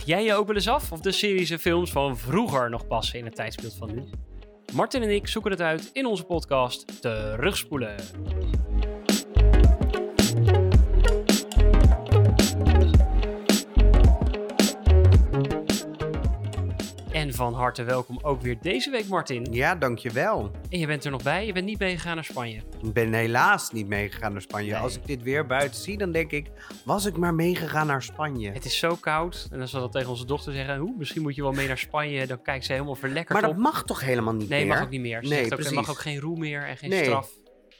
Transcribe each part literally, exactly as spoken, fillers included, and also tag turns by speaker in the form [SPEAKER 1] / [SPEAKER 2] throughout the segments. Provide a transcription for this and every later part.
[SPEAKER 1] jij je ook wel eens af of de series en films van vroeger nog passen in het tijdsbeeld van nu? Martin en ik zoeken het uit in onze podcast Terugspoelen. En van harte welkom ook weer deze week, Martin.
[SPEAKER 2] Ja, dankjewel.
[SPEAKER 1] En je bent er nog bij, je bent niet meegegaan naar Spanje.
[SPEAKER 2] Ik ben helaas niet meegegaan naar Spanje.
[SPEAKER 1] Nee.
[SPEAKER 2] Als ik dit weer buiten zie, dan denk ik, was ik maar meegegaan naar Spanje.
[SPEAKER 1] Het is zo koud. En als we dat tegen onze dochter zeggen, hoe, misschien moet je wel mee naar Spanje, dan kijkt ze helemaal verlekkerd
[SPEAKER 2] Maar
[SPEAKER 1] op.
[SPEAKER 2] dat mag toch helemaal niet
[SPEAKER 1] Nee,
[SPEAKER 2] meer?
[SPEAKER 1] mag ook niet meer. Ze
[SPEAKER 2] Nee,
[SPEAKER 1] zegt ook, er
[SPEAKER 2] precies.
[SPEAKER 1] mag ook geen roe meer en geen
[SPEAKER 2] Nee.
[SPEAKER 1] straf.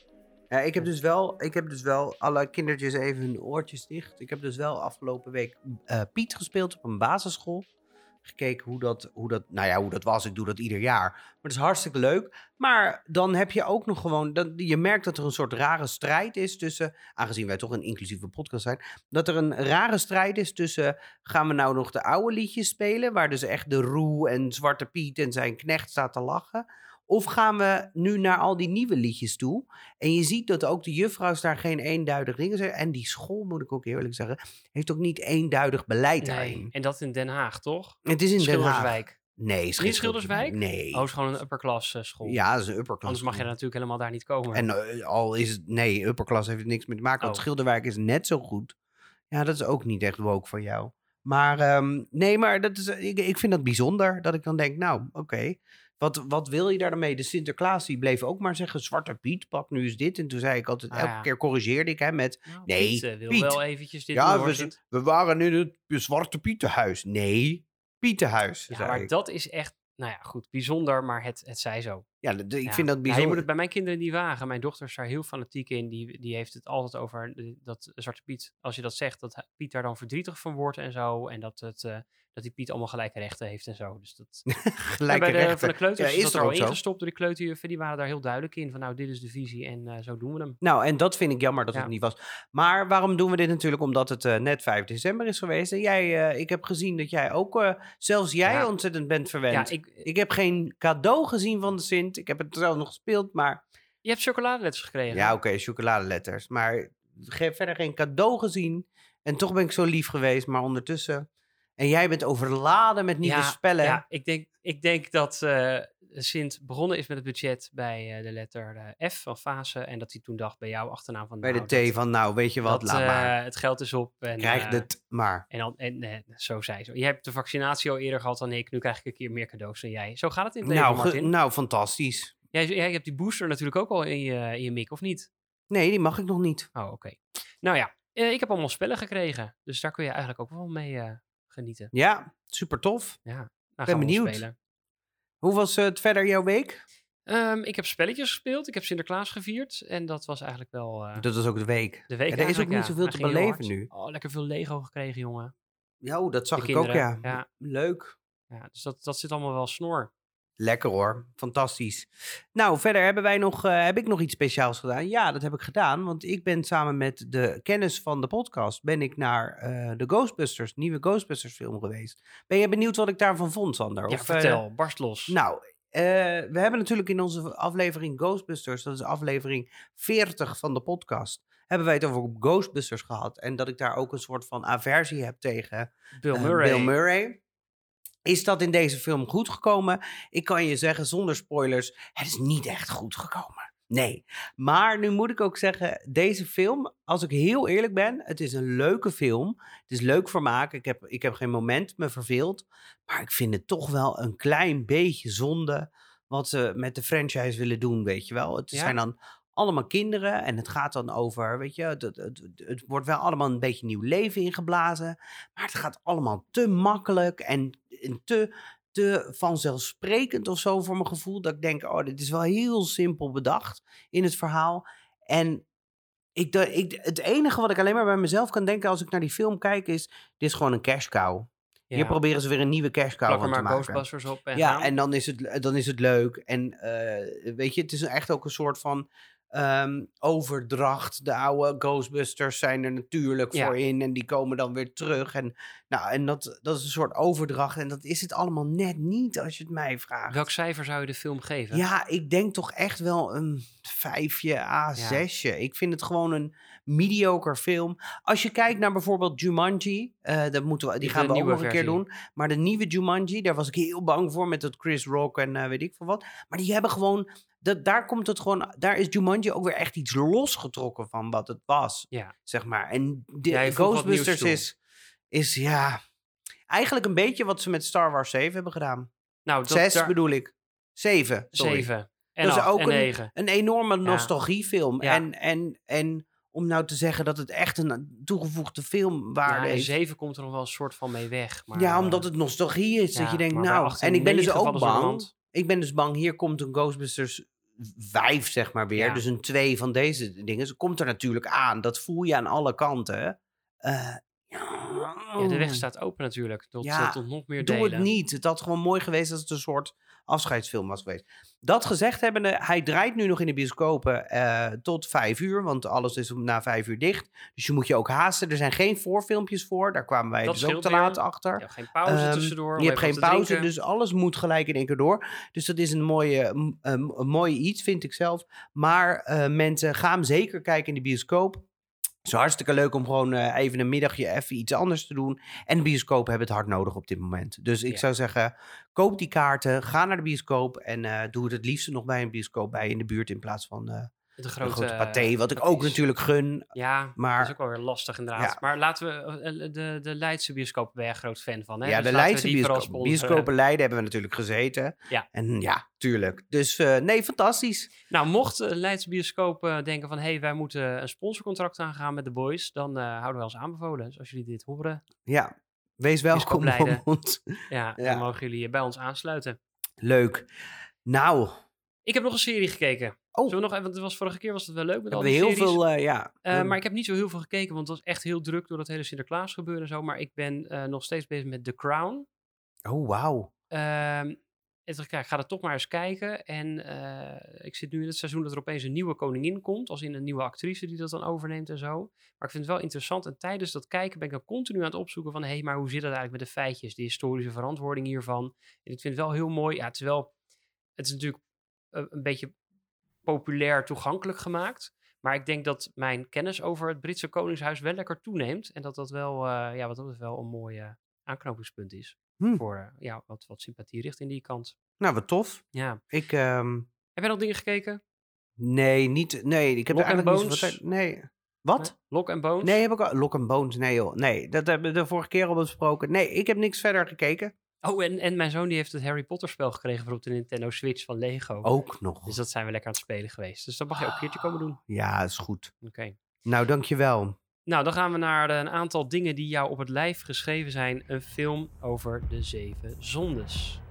[SPEAKER 2] Ja, ik, heb dus wel, ik heb dus wel alle kindertjes even hun oortjes dicht. Ik heb dus wel afgelopen week uh, Piet gespeeld op een basisschool. Gekeken hoe dat, hoe dat, nou ja, hoe dat was. Ik doe dat ieder jaar. Maar het is hartstikke leuk. Maar dan heb je ook nog gewoon, dan, je merkt dat er een soort rare strijd is tussen, aangezien wij toch een inclusieve podcast zijn, dat er een rare strijd is tussen, gaan we nou nog de oude liedjes spelen, waar dus echt de Roe en Zwarte Piet en zijn knecht staat te lachen? Of gaan we nu naar al die nieuwe liedjes toe? En je ziet dat ook de juffrouws daar geen eenduidig dingen zeggen. En die school, moet ik ook eerlijk zeggen, heeft ook niet eenduidig beleid
[SPEAKER 1] Nee,
[SPEAKER 2] daarin.
[SPEAKER 1] en dat in Den Haag, toch?
[SPEAKER 2] Het is in Den Haag.
[SPEAKER 1] Schilderswijk.
[SPEAKER 2] Nee,
[SPEAKER 1] Niet Schilderswijk?
[SPEAKER 2] Nee.
[SPEAKER 1] Oh, het is gewoon een upperclass uh, school.
[SPEAKER 2] Ja, dat is een upperclass.
[SPEAKER 1] Anders mag je er natuurlijk helemaal daar niet komen.
[SPEAKER 2] En uh, al is het, nee, upperclass heeft er niks mee te maken. Want
[SPEAKER 1] Oh.
[SPEAKER 2] Schilderwijk is net zo goed. Ja, dat is ook niet echt woke van jou. Maar um, nee, maar dat is, ik, ik vind dat bijzonder. Dat ik dan denk, nou, oké. Okay. Wat, wat wil je daar dan mee? De Sinterklaas die bleef ook maar zeggen, Zwarte Piet, pak nu eens dit. En toen zei ik altijd,
[SPEAKER 1] Ah,
[SPEAKER 2] elke
[SPEAKER 1] ja.
[SPEAKER 2] keer corrigeerde ik hem met,
[SPEAKER 1] Nou,
[SPEAKER 2] nee,
[SPEAKER 1] Piet uh, wil
[SPEAKER 2] Piet.
[SPEAKER 1] wel eventjes dit
[SPEAKER 2] Ja,
[SPEAKER 1] doen, hoor,
[SPEAKER 2] we, we waren in het Zwarte Pietenhuis. Nee, Pietenhuis,
[SPEAKER 1] Ja,
[SPEAKER 2] zei
[SPEAKER 1] maar
[SPEAKER 2] ik.
[SPEAKER 1] dat is echt, nou ja, goed, bijzonder, maar het, het zij zo.
[SPEAKER 2] Ja, de, de, ik
[SPEAKER 1] Ja.
[SPEAKER 2] vind dat
[SPEAKER 1] Ja,
[SPEAKER 2] bijzonder.
[SPEAKER 1] je moet het bij mijn kinderen niet wagen. Mijn dochter is daar heel fanatiek in. Die, die heeft het altijd over de- dat Zwarte Piet, als je dat zegt, dat Piet daar dan verdrietig van wordt en zo. En dat, het, uh, dat die Piet allemaal gelijke rechten heeft en zo. Dus dat...
[SPEAKER 2] Gelijke
[SPEAKER 1] ja, bij de,
[SPEAKER 2] rechten.
[SPEAKER 1] van de kleuters
[SPEAKER 2] Ja,
[SPEAKER 1] is
[SPEAKER 2] is
[SPEAKER 1] dat
[SPEAKER 2] er
[SPEAKER 1] er al
[SPEAKER 2] ook zo?
[SPEAKER 1] ingestopt door die kleuterjuffen. Die waren daar heel duidelijk in. Van nou, dit is de visie en uh, zo doen we hem.
[SPEAKER 2] Nou, en dat vind ik jammer dat
[SPEAKER 1] Ja.
[SPEAKER 2] het niet was. Maar waarom doen we dit natuurlijk? Omdat het uh, net vijf december is geweest. En jij, uh, ik heb gezien dat jij ook, uh, zelfs jij
[SPEAKER 1] Ja.
[SPEAKER 2] ontzettend bent verwend.
[SPEAKER 1] Ja, ik,
[SPEAKER 2] Ik heb geen cadeau gezien van de Sint. Ik heb het zelf nog gespeeld, maar...
[SPEAKER 1] je hebt chocoladeletters gekregen.
[SPEAKER 2] Ja, oké, okay, chocoladeletters. Maar ge- verder geen cadeau gezien. En toch ben ik zo lief geweest, maar ondertussen... En jij bent overladen met nieuwe
[SPEAKER 1] ja,
[SPEAKER 2] spellen.
[SPEAKER 1] Ja, ik denk, ik denk dat uh, Sint begonnen is met het budget bij uh, de letter uh, F van fase. En dat hij toen dacht bij jou achternaam van...
[SPEAKER 2] Bij
[SPEAKER 1] nou,
[SPEAKER 2] de T
[SPEAKER 1] dat,
[SPEAKER 2] van, nou, weet je wat,
[SPEAKER 1] dat,
[SPEAKER 2] laat
[SPEAKER 1] uh,
[SPEAKER 2] maar.
[SPEAKER 1] Het geld is op. En,
[SPEAKER 2] Krijg
[SPEAKER 1] uh,
[SPEAKER 2] het maar.
[SPEAKER 1] En, dan, en uh, zo zei ze. Je hebt de vaccinatie al eerder gehad dan ik. Nu krijg ik een keer meer cadeaus dan jij. Zo gaat het in het leven,
[SPEAKER 2] Nou, ge-
[SPEAKER 1] Martin.
[SPEAKER 2] nou, fantastisch.
[SPEAKER 1] Jij, jij hebt die booster natuurlijk ook al in je, in je mik, of niet?
[SPEAKER 2] Nee, die mag ik nog niet.
[SPEAKER 1] Oh, oké. Okay. Nou ja, uh, ik heb allemaal spellen gekregen. Dus daar kun je eigenlijk ook wel mee uh, genieten.
[SPEAKER 2] Ja, super tof.
[SPEAKER 1] Ja, nou
[SPEAKER 2] ben
[SPEAKER 1] gaan we
[SPEAKER 2] benieuwd.
[SPEAKER 1] spelen.
[SPEAKER 2] Hoe was het verder jouw week?
[SPEAKER 1] Um, ik heb spelletjes gespeeld. Ik heb Sinterklaas gevierd. En dat was eigenlijk wel uh,
[SPEAKER 2] Dat was ook de week.
[SPEAKER 1] de week.
[SPEAKER 2] Ja, er is ook niet
[SPEAKER 1] ja.
[SPEAKER 2] zoveel
[SPEAKER 1] Hij
[SPEAKER 2] te
[SPEAKER 1] ging heel
[SPEAKER 2] beleven
[SPEAKER 1] hard.
[SPEAKER 2] nu.
[SPEAKER 1] Oh, lekker veel Lego gekregen, jongen.
[SPEAKER 2] Ja, oh, dat zag
[SPEAKER 1] De
[SPEAKER 2] ik ook,
[SPEAKER 1] kinderen,
[SPEAKER 2] ja.
[SPEAKER 1] ja.
[SPEAKER 2] Leuk.
[SPEAKER 1] Ja, dus dat, dat zit allemaal wel snor.
[SPEAKER 2] Lekker hoor. Fantastisch. Nou, verder hebben wij nog, uh, heb ik nog iets speciaals gedaan. Ja, dat heb ik gedaan. Want ik ben samen met de kennis van de podcast... ben ik naar uh, de Ghostbusters, nieuwe Ghostbusters film geweest. Ben je benieuwd wat ik daarvan vond, Sander?
[SPEAKER 1] Ja,
[SPEAKER 2] of,
[SPEAKER 1] vertel.
[SPEAKER 2] Uh,
[SPEAKER 1] barst los.
[SPEAKER 2] Nou, uh, we hebben natuurlijk in onze aflevering Ghostbusters... dat is aflevering veertig van de podcast... hebben wij het over Ghostbusters gehad. En dat ik daar ook een soort van aversie heb tegen
[SPEAKER 1] Bill
[SPEAKER 2] uh,
[SPEAKER 1] Murray.
[SPEAKER 2] Bill Murray. Is dat in deze film goed gekomen? Ik kan je zeggen, zonder spoilers, het is niet echt goed gekomen. Nee. Maar nu moet ik ook zeggen, deze film, als ik heel eerlijk ben, het is een leuke film. Het is leuk vermaak. Ik heb, ik heb geen moment me verveeld. Maar ik vind het toch wel een klein beetje zonde wat ze met de franchise willen doen, weet je wel. Het
[SPEAKER 1] Ja?
[SPEAKER 2] zijn dan allemaal kinderen en het gaat dan over, weet je, het, het, het, het wordt wel allemaal een beetje nieuw leven ingeblazen, maar het gaat allemaal te makkelijk en, en te, te vanzelfsprekend of zo voor mijn gevoel, dat ik denk, oh, dit is wel heel simpel bedacht in het verhaal. En ik, de, ik, het enige wat ik alleen maar bij mezelf kan denken als ik naar die film kijk is, dit is gewoon een cash cow.
[SPEAKER 1] Ja.
[SPEAKER 2] Hier proberen ze weer een nieuwe cash cow
[SPEAKER 1] Plak er
[SPEAKER 2] van te
[SPEAKER 1] maar
[SPEAKER 2] maken.
[SPEAKER 1] Ghostbusters op. En
[SPEAKER 2] Ja,
[SPEAKER 1] gaan.
[SPEAKER 2] en dan is het, dan is het leuk. En uh, weet je, het is echt ook een soort van Um, overdracht, de oude Ghostbusters zijn er natuurlijk
[SPEAKER 1] Ja.
[SPEAKER 2] voor in en die komen dan weer terug. En, nou, en dat, dat is een soort overdracht en dat is het allemaal net niet als je het mij vraagt.
[SPEAKER 1] Welk cijfer zou je de film geven?
[SPEAKER 2] Ja, ik denk toch echt wel een vijfje, a zesje. Ik vind het gewoon een mediocre film. Als je kijkt naar bijvoorbeeld Jumanji, uh, dat moeten we, die
[SPEAKER 1] Die
[SPEAKER 2] gaan we ook
[SPEAKER 1] nieuwe
[SPEAKER 2] nog een keer
[SPEAKER 1] versie.
[SPEAKER 2] doen. Maar de nieuwe Jumanji, daar was ik heel bang voor met dat Chris Rock en uh, weet ik veel wat. Maar die hebben gewoon, dat, daar komt het gewoon, daar is Jumanji ook weer echt iets losgetrokken van wat het was,
[SPEAKER 1] Ja.
[SPEAKER 2] zeg maar. En de,
[SPEAKER 1] Ja, je voegt wat nieuws
[SPEAKER 2] Ghostbusters
[SPEAKER 1] toe.
[SPEAKER 2] is, is ja, eigenlijk een beetje wat ze met Star Wars zeven hebben gedaan.
[SPEAKER 1] Nou, dat,
[SPEAKER 2] Zes
[SPEAKER 1] daar,
[SPEAKER 2] bedoel ik. Zeven, sorry.
[SPEAKER 1] zeven. En
[SPEAKER 2] Dat is
[SPEAKER 1] acht
[SPEAKER 2] ook
[SPEAKER 1] en
[SPEAKER 2] een,
[SPEAKER 1] negen.
[SPEAKER 2] een enorme
[SPEAKER 1] Ja.
[SPEAKER 2] nostalgiefilm.
[SPEAKER 1] Ja.
[SPEAKER 2] En, en, en om nou te zeggen dat het echt een toegevoegde filmwaarde
[SPEAKER 1] Ja, en
[SPEAKER 2] heeft.
[SPEAKER 1] zeven komt er nog wel een soort van mee weg. Maar,
[SPEAKER 2] Ja, omdat
[SPEAKER 1] uh,
[SPEAKER 2] het nostalgie is.
[SPEAKER 1] ja,
[SPEAKER 2] Dat je denkt,
[SPEAKER 1] maar bij
[SPEAKER 2] nou...
[SPEAKER 1] acht
[SPEAKER 2] En ik ben dus
[SPEAKER 1] negen
[SPEAKER 2] ook
[SPEAKER 1] vallen ze door de
[SPEAKER 2] bang.
[SPEAKER 1] mand.
[SPEAKER 2] Ik ben dus bang, hier komt een Ghostbusters vijf, zeg maar weer.
[SPEAKER 1] Ja.
[SPEAKER 2] Dus een twee van deze dingen. Ze komt er natuurlijk aan. Dat voel je aan alle kanten. Uh, ja.
[SPEAKER 1] Ja, de weg staat open natuurlijk. Tot,
[SPEAKER 2] Ja,
[SPEAKER 1] uh, tot nog meer
[SPEAKER 2] Doe
[SPEAKER 1] delen.
[SPEAKER 2] het niet. Het had gewoon mooi geweest als het een soort afscheidsfilm was geweest. Dat gezegd hebbende, hij draait nu nog in de bioscopen uh, tot vijf uur. Want alles is na vijf uur dicht. Dus je moet je ook haasten. Er zijn geen voorfilmpjes voor. Daar kwamen wij
[SPEAKER 1] Dat
[SPEAKER 2] dus ook
[SPEAKER 1] scheelt
[SPEAKER 2] te
[SPEAKER 1] weer.
[SPEAKER 2] laat achter.
[SPEAKER 1] Je hebt geen pauze
[SPEAKER 2] Um,
[SPEAKER 1] tussendoor. om
[SPEAKER 2] Je hebt
[SPEAKER 1] even
[SPEAKER 2] geen
[SPEAKER 1] wat te
[SPEAKER 2] pauze,
[SPEAKER 1] drinken.
[SPEAKER 2] dus alles moet gelijk in één keer door. Dus dat is een mooie, m- een, een mooie iets, vind ik zelf. Maar uh, mensen, ga hem zeker kijken in de bioscoop. Het is hartstikke leuk om gewoon uh, even een middagje even iets anders te doen. En de bioscopen hebben het hard nodig op dit moment. Dus ik
[SPEAKER 1] Ja.
[SPEAKER 2] zou zeggen, koop die kaarten, ga naar de bioscoop. En uh, doe het het liefste nog bij een bioscoop bij in de buurt in plaats van uh,
[SPEAKER 1] De
[SPEAKER 2] een
[SPEAKER 1] grote,
[SPEAKER 2] grote paté. Wat ik
[SPEAKER 1] patés.
[SPEAKER 2] ook natuurlijk gun.
[SPEAKER 1] Ja,
[SPEAKER 2] maar,
[SPEAKER 1] dat is ook wel weer lastig inderdaad.
[SPEAKER 2] Ja.
[SPEAKER 1] Maar laten we, uh, de, de Leidse bioscoop ben je een groot fan van. Hè?
[SPEAKER 2] Ja,
[SPEAKER 1] dus
[SPEAKER 2] de
[SPEAKER 1] laten we
[SPEAKER 2] Leidse
[SPEAKER 1] die vooral
[SPEAKER 2] bioscoop,
[SPEAKER 1] sponsoren.
[SPEAKER 2] bioscopen Leiden hebben we natuurlijk gezeten.
[SPEAKER 1] Ja.
[SPEAKER 2] En ja, tuurlijk. Dus uh, nee, fantastisch.
[SPEAKER 1] Nou, mocht de Leidse bioscoop uh, denken van... hé, hey, wij moeten een sponsorcontract aangaan met de boys... dan uh, houden wij ons aanbevolen. Dus als jullie dit horen...
[SPEAKER 2] Ja, wees welkom bij ons.
[SPEAKER 1] Ja,
[SPEAKER 2] ja,
[SPEAKER 1] dan mogen jullie bij ons aansluiten.
[SPEAKER 2] Leuk. Nou...
[SPEAKER 1] Ik heb nog een serie gekeken.
[SPEAKER 2] Oh.
[SPEAKER 1] Zullen we nog even, want het was vorige keer was het wel leuk met al
[SPEAKER 2] die
[SPEAKER 1] die
[SPEAKER 2] heel
[SPEAKER 1] series.
[SPEAKER 2] veel, uh, ja.
[SPEAKER 1] Uh, maar ik heb niet zo heel veel gekeken, want het was echt heel druk door dat hele Sinterklaas gebeuren en zo. Maar ik ben uh, nog steeds bezig met The Crown.
[SPEAKER 2] Oh, wauw.
[SPEAKER 1] Uh, ik ga er toch maar eens kijken. En uh, ik zit nu in het seizoen dat er opeens een nieuwe koningin komt. Als in een nieuwe actrice die dat dan overneemt en zo. Maar ik vind het wel interessant. En tijdens dat kijken ben ik dan continu aan het opzoeken van... hé, hey, maar hoe zit het eigenlijk met de feitjes? De historische verantwoording hiervan. En ik vind het wel heel mooi. Ja, het is wel... Het is natuurlijk uh, een beetje... populair toegankelijk gemaakt. Maar ik denk dat mijn kennis over het Britse Koningshuis wel lekker toeneemt. En dat dat wel, uh, ja, wat dat wel een mooi uh, aanknopingspunt is. Hm. Voor uh, ja, wat, wat sympathie richting die kant.
[SPEAKER 2] Nou, wat tof.
[SPEAKER 1] Ja.
[SPEAKER 2] Ik, um...
[SPEAKER 1] Heb jij nog dingen gekeken?
[SPEAKER 2] Nee, niet. Nee, ik heb
[SPEAKER 1] Lock
[SPEAKER 2] er eigenlijk
[SPEAKER 1] Bones?
[SPEAKER 2] niet zo wat. Nee. Wat?
[SPEAKER 1] Nee? Lock and Bones?
[SPEAKER 2] Nee, heb ik al. Lock and Bones, nee joh. Nee, dat hebben we de vorige keer al besproken. Nee, ik heb niks verder gekeken.
[SPEAKER 1] Oh, en, en mijn zoon die heeft het Harry Potter spel gekregen voor op de Nintendo Switch van Lego.
[SPEAKER 2] Ook nog.
[SPEAKER 1] Dus dat zijn we lekker aan het spelen geweest. Dus dat mag je ook een keertje komen doen.
[SPEAKER 2] Ja, dat is goed.
[SPEAKER 1] Oké. Okay.
[SPEAKER 2] Nou, dankjewel.
[SPEAKER 1] Nou, dan gaan we naar een aantal dingen die jou op het lijf geschreven zijn. Een film over de zeven zondes.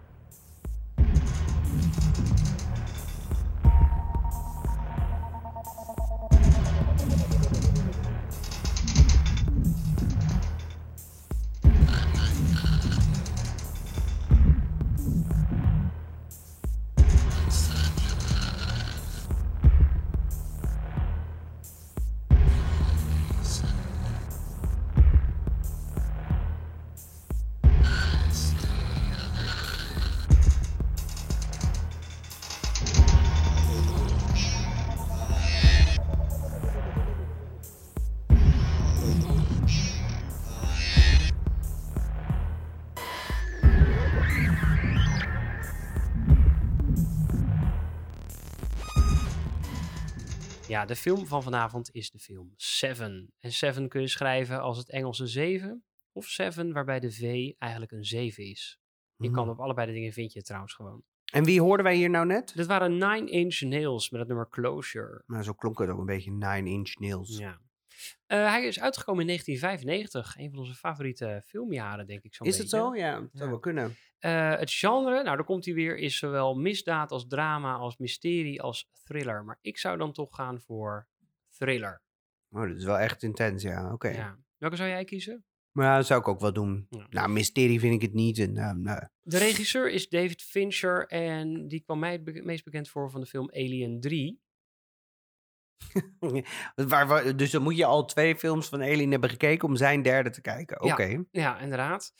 [SPEAKER 1] Ja, de film van vanavond is de film Seven. En Seven kun je schrijven als het Engelse zeven. Of Seven, waarbij de V eigenlijk een zeven is. Je hmm. kan op allebei de dingen vind je het trouwens gewoon.
[SPEAKER 2] En wie hoorden wij hier nou net?
[SPEAKER 1] Dit waren Nine Inch Nails met het nummer Closure.
[SPEAKER 2] Nou, zo klonk het ook een beetje, Nine Inch Nails.
[SPEAKER 1] Ja. Uh, hij is uitgekomen in negentien vijfennegentig. Een van onze favoriete filmjaren, denk ik zo.
[SPEAKER 2] Is het zo? Ja, dat zou ja. wel kunnen.
[SPEAKER 1] Uh, het genre, nou daar komt hij weer, is zowel misdaad als drama, als mysterie, als thriller. Maar ik zou dan toch gaan voor thriller.
[SPEAKER 2] Oh, dat is wel echt intens, ja. Oké. Okay.
[SPEAKER 1] Ja. Welke zou jij kiezen?
[SPEAKER 2] Maar ja, dat zou ik ook wel doen. Ja. Nou, mysterie vind ik het niet. En, uh, nou.
[SPEAKER 1] De regisseur is David Fincher en die kwam mij het be- meest bekend voor van de film Alien drie.
[SPEAKER 2] waar, waar, dus dan moet je al twee films van Alien hebben gekeken om zijn derde te kijken. Oké.
[SPEAKER 1] Ja, ja, inderdaad.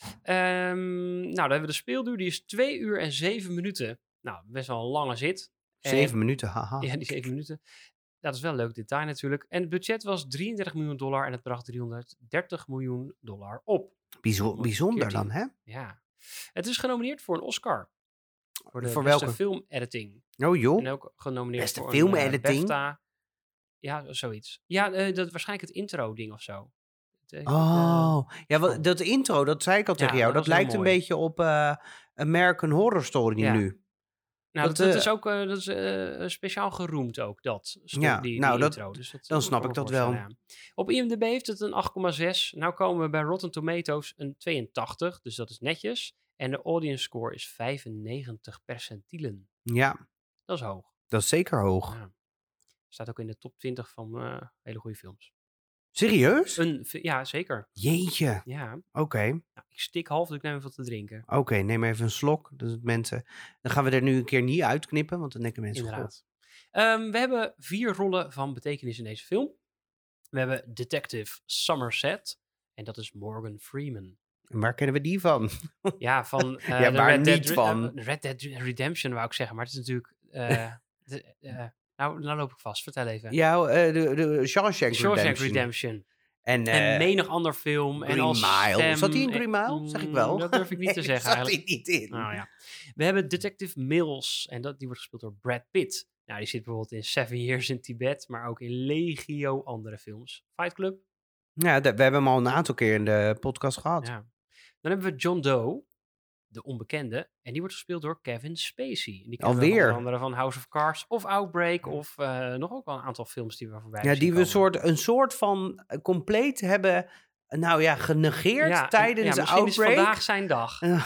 [SPEAKER 1] Um, nou, dan hebben we de speelduur. Die is twee uur en zeven minuten. Nou, best wel een lange zit.
[SPEAKER 2] Zeven
[SPEAKER 1] en,
[SPEAKER 2] minuten, haha.
[SPEAKER 1] Ja, die zeven minuten. Dat is wel een leuk detail natuurlijk. En het budget was drieëndertig miljoen dollar en het bracht driehonderddertig miljoen dollar op.
[SPEAKER 2] Bijzo- bijzonder dan, hè?
[SPEAKER 1] Ja. Het is genomineerd voor een Oscar. Voor de
[SPEAKER 2] voor
[SPEAKER 1] beste
[SPEAKER 2] welke?
[SPEAKER 1] filmediting.
[SPEAKER 2] Oh joh.
[SPEAKER 1] En ook genomineerd
[SPEAKER 2] beste
[SPEAKER 1] voor
[SPEAKER 2] filmediting?
[SPEAKER 1] een uh, BAFTA. Ja, zoiets. Ja, uh, dat waarschijnlijk het intro-ding of zo. Het, uh,
[SPEAKER 2] oh, uh, ja, wat, dat intro, dat zei ik al tegen
[SPEAKER 1] ja,
[SPEAKER 2] jou.
[SPEAKER 1] Dat,
[SPEAKER 2] dat lijkt een beetje op uh, American Horror Story ja. nu.
[SPEAKER 1] Nou, dat, dat, dat uh, is ook uh, dat is, uh, speciaal geroemd ook, dat. Sto-
[SPEAKER 2] ja,
[SPEAKER 1] die,
[SPEAKER 2] nou,
[SPEAKER 1] die
[SPEAKER 2] dat,
[SPEAKER 1] intro. Dus dat,
[SPEAKER 2] dan snap ik dat wel.
[SPEAKER 1] Ja. Op I M D B heeft het een acht komma zes. Nou komen we bij Rotten Tomatoes een tweeëntachtig, dus dat is netjes. En de audience score is vijfennegentig percentielen.
[SPEAKER 2] Ja.
[SPEAKER 1] Dat is hoog.
[SPEAKER 2] Dat is zeker hoog.
[SPEAKER 1] Ja. Staat ook in de top twintig van uh, hele goede films.
[SPEAKER 2] Serieus?
[SPEAKER 1] Een, ja, zeker.
[SPEAKER 2] Jeetje.
[SPEAKER 1] Ja.
[SPEAKER 2] Oké. Okay.
[SPEAKER 1] Nou, ik stik half, dus ik neem even wat te drinken.
[SPEAKER 2] Oké, okay, neem even een slok. Dus mensen, dan gaan we er nu een keer niet uitknippen, want dan denken mensen...
[SPEAKER 1] Inderdaad. Um, we hebben vier rollen van betekenis in deze film. We hebben Detective Somerset. En dat is Morgan Freeman.
[SPEAKER 2] En waar kennen we die van?
[SPEAKER 1] Ja, van uh,
[SPEAKER 2] ja,
[SPEAKER 1] de
[SPEAKER 2] waar
[SPEAKER 1] Red
[SPEAKER 2] niet
[SPEAKER 1] Dead,
[SPEAKER 2] van?
[SPEAKER 1] Uh, Red Dead Redemption wou ik zeggen, maar het is natuurlijk... Uh, de, uh, nou, nou loop ik vast. Vertel even.
[SPEAKER 2] Ja, uh, de, de Shawshank,
[SPEAKER 1] Shawshank
[SPEAKER 2] Redemption.
[SPEAKER 1] Redemption.
[SPEAKER 2] En, uh,
[SPEAKER 1] en menig ander film.
[SPEAKER 2] Green
[SPEAKER 1] en als
[SPEAKER 2] Mile.
[SPEAKER 1] stem,
[SPEAKER 2] Zat hij in Green Mile? Zeg ik wel.
[SPEAKER 1] Dat durf ik niet
[SPEAKER 2] nee,
[SPEAKER 1] te zeggen
[SPEAKER 2] zat
[SPEAKER 1] eigenlijk.
[SPEAKER 2] hij niet in.
[SPEAKER 1] Nou, ja. We hebben Detective Mills. En dat, die wordt gespeeld door Brad Pitt. Nou, die zit bijvoorbeeld in Seven Years in Tibet. Maar ook in legio andere films. Fight Club.
[SPEAKER 2] Ja, de, we hebben hem al een aantal keer in de podcast gehad.
[SPEAKER 1] Ja. Dan hebben we John Doe. De onbekende. En die wordt gespeeld door Kevin Spacey. En die
[SPEAKER 2] Alweer?
[SPEAKER 1] Onder andere van House of Cards of Outbreak. Of uh, nog ook wel een aantal films die we voorbij
[SPEAKER 2] Ja, die we
[SPEAKER 1] een
[SPEAKER 2] soort, een soort van compleet hebben, nou ja, genegeerd
[SPEAKER 1] ja,
[SPEAKER 2] tijdens
[SPEAKER 1] ja,
[SPEAKER 2] de Outbreak.
[SPEAKER 1] Misschien is vandaag zijn dag.
[SPEAKER 2] ja,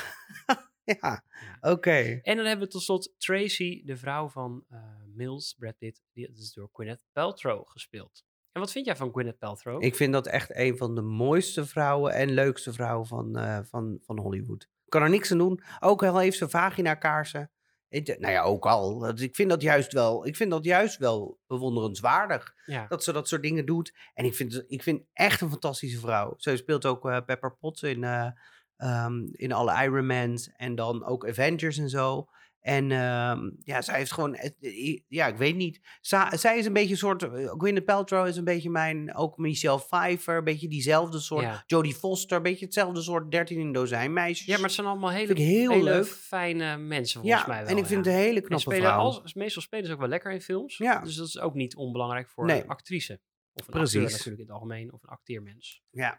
[SPEAKER 2] ja. oké. Okay.
[SPEAKER 1] En dan hebben we tot slot Tracy, de vrouw van uh, Mills, Brad Pitt. Die is door Gwyneth Paltrow gespeeld. En wat vind jij van Gwyneth Paltrow?
[SPEAKER 2] Ik vind dat echt een van de mooiste vrouwen en leukste vrouwen van, uh, van, van Hollywood. Ik kan er niks aan doen. Ook al heeft ze vagina kaarsen. Ik, nou ja, ook al. Ik vind dat juist wel, ik vind dat juist wel bewonderenswaardig.
[SPEAKER 1] Ja.
[SPEAKER 2] Dat ze dat soort dingen doet. En ik vind, ik vind echt een fantastische vrouw. Ze speelt ook uh, Pepper Potts in, uh, um, in alle Ironmans. En dan ook Avengers en zo. En um, ja, zij heeft gewoon... Ja, ik weet niet. Sa- zij is een beetje een soort... Gwyneth Paltrow is een beetje mijn... Ook Michelle Pfeiffer. Een beetje diezelfde soort... Ja. Jodie Foster. Een beetje hetzelfde soort dertien in dozijn meisjes.
[SPEAKER 1] Ja, maar het zijn allemaal hele,
[SPEAKER 2] heel
[SPEAKER 1] hele
[SPEAKER 2] leuk.
[SPEAKER 1] fijne mensen volgens
[SPEAKER 2] ja,
[SPEAKER 1] mij wel.
[SPEAKER 2] en ik vind
[SPEAKER 1] ja.
[SPEAKER 2] het een hele knappe
[SPEAKER 1] spelen
[SPEAKER 2] vrouw.
[SPEAKER 1] Als, meestal spelen ze ook wel lekker in films.
[SPEAKER 2] Ja.
[SPEAKER 1] Dus dat is ook niet onbelangrijk voor
[SPEAKER 2] nee.
[SPEAKER 1] een actrice. Of een
[SPEAKER 2] Precies.
[SPEAKER 1] acteur natuurlijk in het algemeen. Of een acteermens.
[SPEAKER 2] Ja.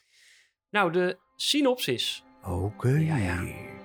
[SPEAKER 1] Nou, de synopsis.
[SPEAKER 2] Oké. Okay.
[SPEAKER 1] Ja, ja.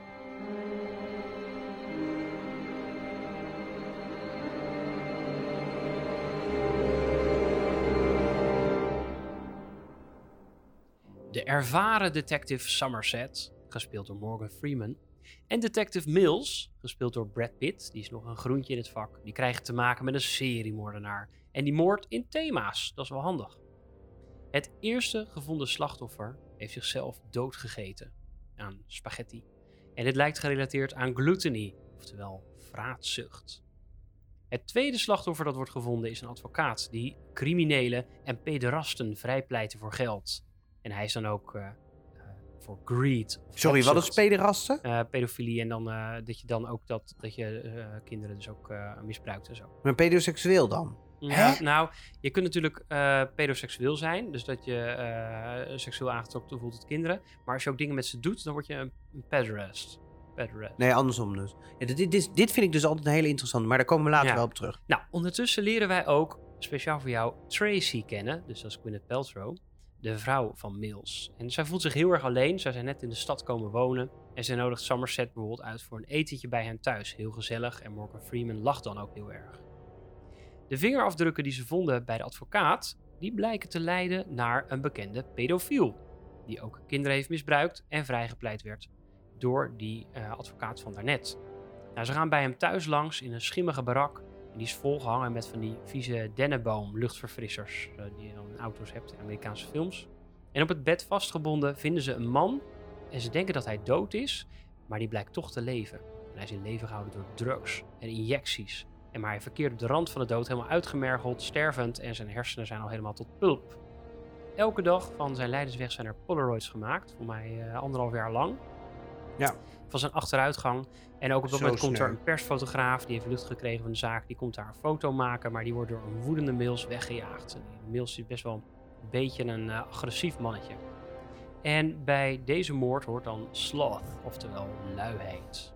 [SPEAKER 1] De ervaren detective Somerset, gespeeld door Morgan Freeman, en detective Mills, gespeeld door Brad Pitt, die is nog een groentje in het vak, die krijgen te maken met een seriemoordenaar. En die moordt in thema's, dat is wel handig. Het eerste gevonden slachtoffer heeft zichzelf doodgegeten aan spaghetti. En dit lijkt gerelateerd aan gluttony, oftewel vraatzucht. Het tweede slachtoffer dat wordt gevonden is een advocaat die criminelen en pederasten vrijpleiten voor geld. En hij is dan ook uh, uh, voor greed. Of
[SPEAKER 2] Sorry,
[SPEAKER 1] hebzucht.
[SPEAKER 2] wat is pederasten?
[SPEAKER 1] Uh, pedofilie en dan uh, dat je dan ook dat, dat je uh, kinderen dus ook uh, misbruikt en zo.
[SPEAKER 2] Maar pedoseksueel dan?
[SPEAKER 1] Ja, nou, je kunt natuurlijk uh, pedoseksueel zijn. Dus dat je uh, seksueel aangetrokken voelt tot kinderen. Maar als je ook dingen met ze doet, dan word je een, een pederast. Pederast.
[SPEAKER 2] Nee, andersom dus. Ja, dit, dit, dit vind ik dus altijd een hele interessante. Maar daar komen we later ja. wel op terug.
[SPEAKER 1] Nou, ondertussen leren wij ook, speciaal voor jou, Tracy kennen. Dus dat is Gwyneth Paltrow. De vrouw van Mills. En zij voelt zich heel erg alleen. Zij zijn net in de stad komen wonen. En zij nodigt Somerset bijvoorbeeld uit voor een etentje bij hen thuis. Heel gezellig. En Morgan Freeman lacht dan ook heel erg. De vingerafdrukken die ze vonden bij de advocaat, die blijken te leiden naar een bekende pedofiel. Die ook kinderen heeft misbruikt en vrijgepleit werd door die uh, advocaat van daarnet. Nou, ze gaan bij hem thuis langs in een schimmige barak. En die is volgehangen met van die vieze dennenboom luchtverfrissers uh, die je dan in auto's hebt in Amerikaanse films. En op het bed vastgebonden vinden ze een man. En ze denken dat hij dood is, maar die blijkt toch te leven. En hij is in leven gehouden door drugs en injecties. En maar hij verkeert op de rand van de dood, helemaal uitgemergeld, stervend en zijn hersenen zijn al helemaal tot pulp. Elke dag van zijn lijdensweg zijn er Polaroids gemaakt, voor mij uh, anderhalf jaar lang.
[SPEAKER 2] Ja.
[SPEAKER 1] Van zijn achteruitgang. En ook op dat
[SPEAKER 2] Zo
[SPEAKER 1] moment komt
[SPEAKER 2] sneu.
[SPEAKER 1] er een persfotograaf, die heeft lucht gekregen van de zaak, die komt daar een foto maken, maar die wordt door een woedende Mills weggejaagd. En Mills is best wel een beetje een uh, agressief mannetje. En bij deze moord hoort dan sloth, oftewel luiheid.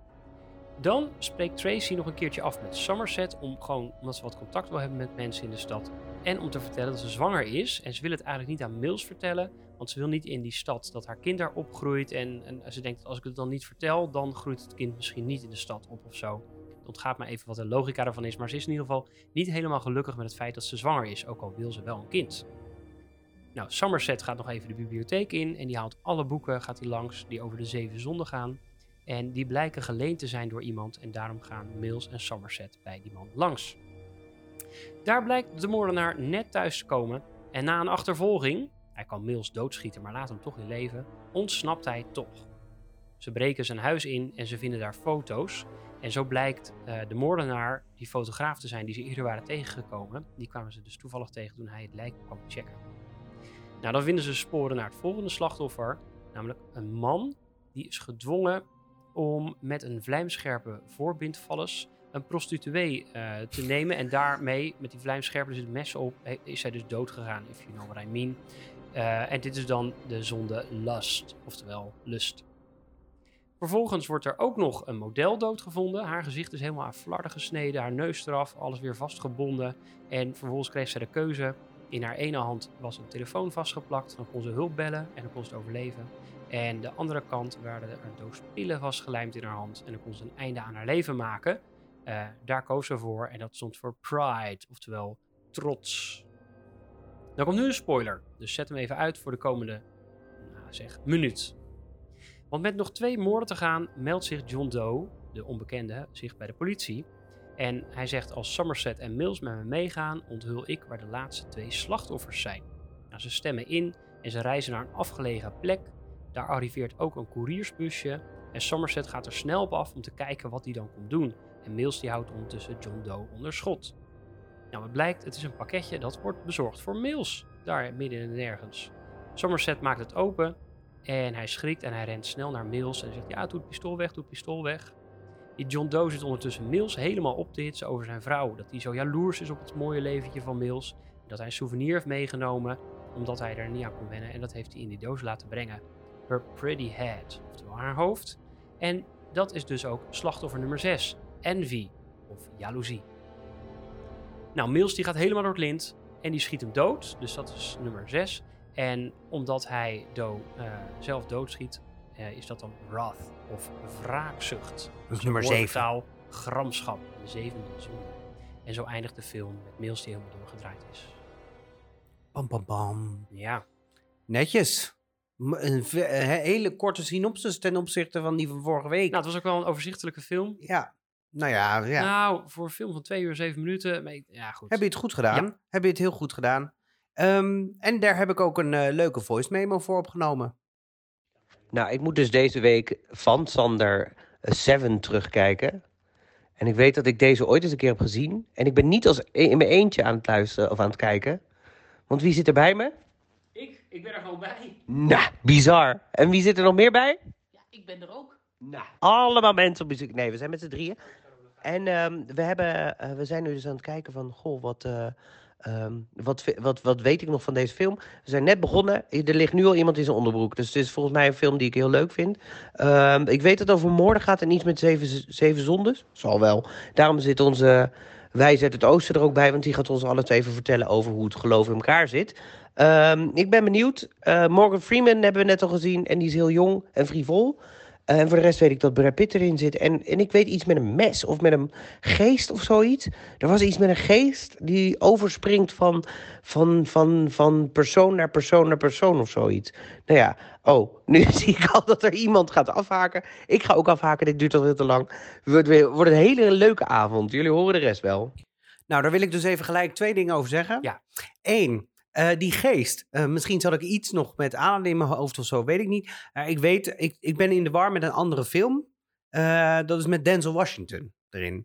[SPEAKER 1] Dan spreekt Tracy nog een keertje af met Somerset, om gewoon, omdat ze wat contact wil hebben met mensen in de stad. En om te vertellen dat ze zwanger is. En ze wil het eigenlijk niet aan Mills vertellen, want ze wil niet in die stad dat haar kind daar opgroeit. En, en ze denkt, als ik het dan niet vertel, dan groeit het kind misschien niet in de stad op of zo. Het ontgaat me even wat de logica ervan is, maar ze is in ieder geval niet helemaal gelukkig met het feit dat ze zwanger is, ook al wil ze wel een kind. Nou, Somerset gaat nog even de bibliotheek in en die haalt alle boeken, gaat hij langs, die over de zeven zonden gaan. En die blijken geleend te zijn door iemand en daarom gaan Mills en Somerset bij die man langs. Daar blijkt de moordenaar net thuis te komen en na een achtervolging, hij kan Mills doodschieten maar laat hem toch in leven, ontsnapt hij toch. Ze breken zijn huis in en ze vinden daar foto's. En zo blijkt uh, de moordenaar die fotograaf te zijn die ze eerder waren tegengekomen. Die kwamen ze dus toevallig tegen toen hij het lijk kwam checken. Nou, dan vinden ze sporen naar het volgende slachtoffer. Namelijk een man die is gedwongen om met een vlijmscherpe voorbindvallus een prostituee uh, te nemen. En daarmee, met die vlijmscherpe, er zit een mes op, is hij dus dood gegaan, if you know what I mean. Uh, en dit is dan de zonde lust, oftewel lust. Vervolgens wordt er ook nog een model doodgevonden. Haar gezicht is helemaal aan flarden gesneden, haar neus eraf, alles weer vastgebonden. En vervolgens kreeg ze de keuze. In haar ene hand was een telefoon vastgeplakt, dan kon ze hulp bellen en dan kon ze het overleven. En de andere kant waren er een doos pillen vastgelijmd in haar hand en dan kon ze een einde aan haar leven maken. Uh, daar koos ze voor en dat stond voor pride, oftewel trots. Dan komt nu een spoiler, dus zet hem even uit voor de komende, nou zeg, minuut. Want met nog twee moorden te gaan meldt zich John Doe, de onbekende, zich bij de politie. En hij zegt, als Somerset en Mills met me meegaan, onthul ik waar de laatste twee slachtoffers zijn. Nou, ze stemmen in en ze reizen naar een afgelegen plek. Daar arriveert ook een koeriersbusje. En Somerset gaat er snel op af om te kijken wat hij dan komt doen. En Mills die houdt ondertussen John Doe onder schot. Nou, het blijkt, het is een pakketje dat wordt bezorgd voor Mills. Daar midden in nergens. Somerset maakt het open. En hij schrikt en hij rent snel naar Mills. En zegt, ja, doe het pistool weg, doe het pistool weg. Die John Doe zit ondertussen Mills helemaal op te hitsen over zijn vrouw. Dat hij zo jaloers is op het mooie leventje van Mills. Dat hij een souvenir heeft meegenomen, omdat hij er niet aan kon wennen. En dat heeft hij in die doos laten brengen. Her pretty head, oftewel haar hoofd. En dat is dus ook slachtoffer nummer zes. Envy, of jaloezie. Nou, Mills die gaat helemaal door het lint. En die schiet hem dood. Dus dat is nummer zes. En omdat hij Doe uh, zelf doodschiet, uh, is dat dan wrath, of wraakzucht.
[SPEAKER 2] Dat is nummer zeven.
[SPEAKER 1] Taal, gramschap, de zevende zonde. En zo eindigt de film met Mills die helemaal doorgedraaid is.
[SPEAKER 2] Pam, pam, pam.
[SPEAKER 1] Ja.
[SPEAKER 2] Netjes. Een hele korte synopsis ten opzichte van die van vorige week.
[SPEAKER 1] Nou, het was ook wel een overzichtelijke film.
[SPEAKER 2] Ja. Nou ja, ja.
[SPEAKER 1] Nou, voor een film van twee uur, zeven minuten. Maar ja, goed.
[SPEAKER 2] Heb je het goed gedaan?
[SPEAKER 1] Ja.
[SPEAKER 2] Heb je het heel goed gedaan? Um, en daar heb ik ook een uh, leuke voice memo voor opgenomen.
[SPEAKER 3] Nou, ik moet dus deze week van Sander Seven terugkijken. En ik weet dat ik deze ooit eens een keer heb gezien. En ik ben niet als e- in mijn eentje aan het luisteren of aan het kijken. Want wie zit er bij me?
[SPEAKER 1] Ik, ik ben er gewoon bij.
[SPEAKER 3] Nou, bizar. En wie zit er nog meer bij?
[SPEAKER 4] Ja, ik ben er ook.
[SPEAKER 3] Nou, allemaal mensen op muziek. Nee, we zijn met z'n drieën. En um, we, hebben, uh, we zijn nu dus aan het kijken van, goh, wat... Uh, Um, wat, wat, wat weet ik nog van deze film? We zijn net begonnen. Er ligt nu al iemand in zijn onderbroek. Dus het is volgens mij een film die ik heel leuk vind. Um, ik weet dat het over moorden gaat en iets met zeven, zeven zondes. Zal wel. Daarom zit onze wijsheid het Oosten er ook bij. Want die gaat ons alles even vertellen over hoe het geloof in elkaar zit. Um, ik ben benieuwd. Uh, Morgan Freeman hebben we net al gezien. En die is heel jong en frivol. En voor de rest weet ik dat Brad Pitt erin zit. En, en ik weet iets met een mes of met een geest of zoiets. Er was iets met een geest die overspringt van, van, van, van persoon naar persoon naar persoon of zoiets. Nou ja, oh, nu zie ik al dat er iemand gaat afhaken. Ik ga ook afhaken, dit duurt al veel te lang. Het wordt, weer, wordt een hele leuke avond. Jullie horen de rest wel.
[SPEAKER 2] Nou, daar wil ik dus even gelijk twee dingen over zeggen.
[SPEAKER 1] Ja.
[SPEAKER 2] Eén. Uh, die geest, uh, misschien zat ik iets nog met aan in mijn hoofd of zo, weet ik niet. Uh, ik weet, ik, ik ben in de war met een andere film. Uh, dat is met Denzel Washington erin.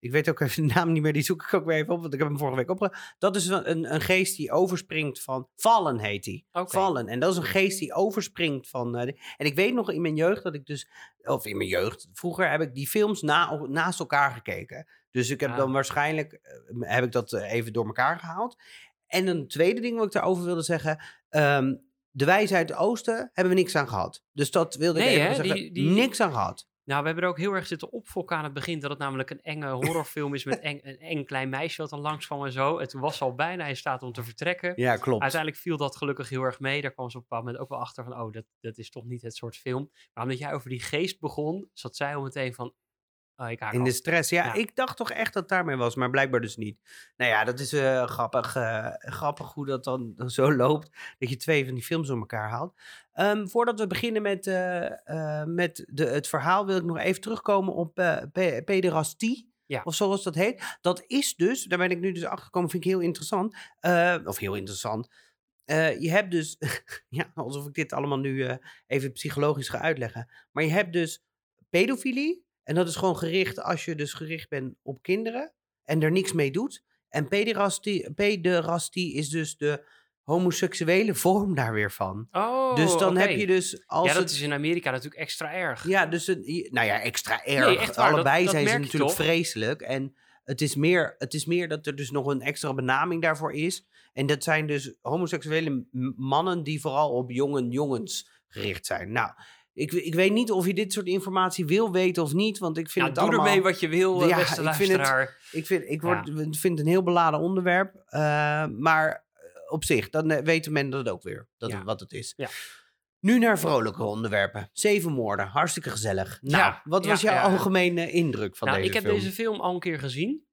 [SPEAKER 2] Ik weet ook even de naam niet meer, die zoek ik ook weer even op, want ik heb hem vorige week opge... Dat is een, een geest die overspringt van... Fallen heet die.
[SPEAKER 1] Oké.
[SPEAKER 2] Fallen. En dat is een geest die overspringt van... eh, de- en ik weet nog in mijn jeugd dat ik dus... Of in mijn jeugd, vroeger heb ik die films na, naast elkaar gekeken. Dus ik heb
[SPEAKER 1] Ah.
[SPEAKER 2] dan waarschijnlijk... eh, heb ik dat eh, even door elkaar gehaald. En een tweede ding wat ik daarover wilde zeggen... ehm, de wijze uit het oosten hebben we niks aan gehad. Dus dat wilde
[SPEAKER 1] Nee,
[SPEAKER 2] ik even
[SPEAKER 1] hè?
[SPEAKER 2] zeggen.
[SPEAKER 1] Die- die-
[SPEAKER 2] Niks aan gehad.
[SPEAKER 1] Nou, we hebben er ook heel erg zitten opfokken aan het begin dat het namelijk een enge horrorfilm is met eng, een eng klein meisje wat dan langs kwam en zo. En toen was ze al bijna in staat om te vertrekken.
[SPEAKER 2] Ja, klopt.
[SPEAKER 1] Uiteindelijk viel dat gelukkig heel erg mee. Daar kwam ze op een bepaald moment ook wel achter van, oh, dat, dat is toch niet het soort film. Maar omdat jij over die geest begon, zat zij al meteen van, oh, ik haak
[SPEAKER 2] In de
[SPEAKER 1] af.
[SPEAKER 2] stress. Ja,
[SPEAKER 1] Ja.
[SPEAKER 2] ik dacht toch echt dat het daarmee was, maar blijkbaar dus niet. Nou ja, dat is eh, grappig. eh, grappig hoe dat dan, dan zo loopt. Dat je twee van die films door elkaar haalt. Ehm, voordat we beginnen met, eh, eh, met de, het verhaal, wil ik nog even terugkomen op eh, pe- pederastie.
[SPEAKER 1] Ja.
[SPEAKER 2] Of zoals dat heet. Dat is dus, daar ben ik nu dus achter gekomen, vind ik heel interessant. Eh, of heel interessant. Eh, je hebt dus, ja, alsof ik dit allemaal nu eh, even psychologisch ga uitleggen. Maar je hebt dus pedofilie. En dat is gewoon gericht als je dus gericht bent op kinderen. En er niks mee doet. En pederastie, pederastie is dus de homoseksuele vorm daar weer van.
[SPEAKER 1] Oh,
[SPEAKER 2] dus dan
[SPEAKER 1] oké.
[SPEAKER 2] heb je dus als
[SPEAKER 1] Ja, dat
[SPEAKER 2] het...
[SPEAKER 1] is in Amerika natuurlijk extra erg.
[SPEAKER 2] Ja, dus een, nou ja, extra erg.
[SPEAKER 1] Nee, echt waar, dat-
[SPEAKER 2] Allebei
[SPEAKER 1] dat
[SPEAKER 2] zijn ze
[SPEAKER 1] merk je
[SPEAKER 2] natuurlijk
[SPEAKER 1] toch?
[SPEAKER 2] vreselijk. En het is, meer, het is meer dat er dus nog een extra benaming daarvoor is. En dat zijn dus homoseksuele m- mannen die vooral op jongen jongens gericht zijn. Nou, ik, ik weet niet of je dit soort informatie wil weten of niet, want ik vind
[SPEAKER 1] Nou,
[SPEAKER 2] het
[SPEAKER 1] doe
[SPEAKER 2] allemaal...
[SPEAKER 1] ermee wat je wil, eh,
[SPEAKER 2] Ja,
[SPEAKER 1] beste
[SPEAKER 2] ik vind het-
[SPEAKER 1] luisteraar.
[SPEAKER 2] Ik vind, ik word,
[SPEAKER 1] Ja.
[SPEAKER 2] vind het een heel beladen onderwerp. eh, maar op zich, dan eh, weten men dat ook weer, dat
[SPEAKER 1] Ja.
[SPEAKER 2] het, wat het is.
[SPEAKER 1] Ja.
[SPEAKER 2] Nu naar vrolijke onderwerpen. Zeven moorden, hartstikke gezellig. Nou,
[SPEAKER 1] Ja,
[SPEAKER 2] wat
[SPEAKER 1] ja,
[SPEAKER 2] was jouw
[SPEAKER 1] ja.
[SPEAKER 2] algemene indruk van
[SPEAKER 1] Nou,
[SPEAKER 2] deze
[SPEAKER 1] ik heb
[SPEAKER 2] film?
[SPEAKER 1] deze film al een keer gezien.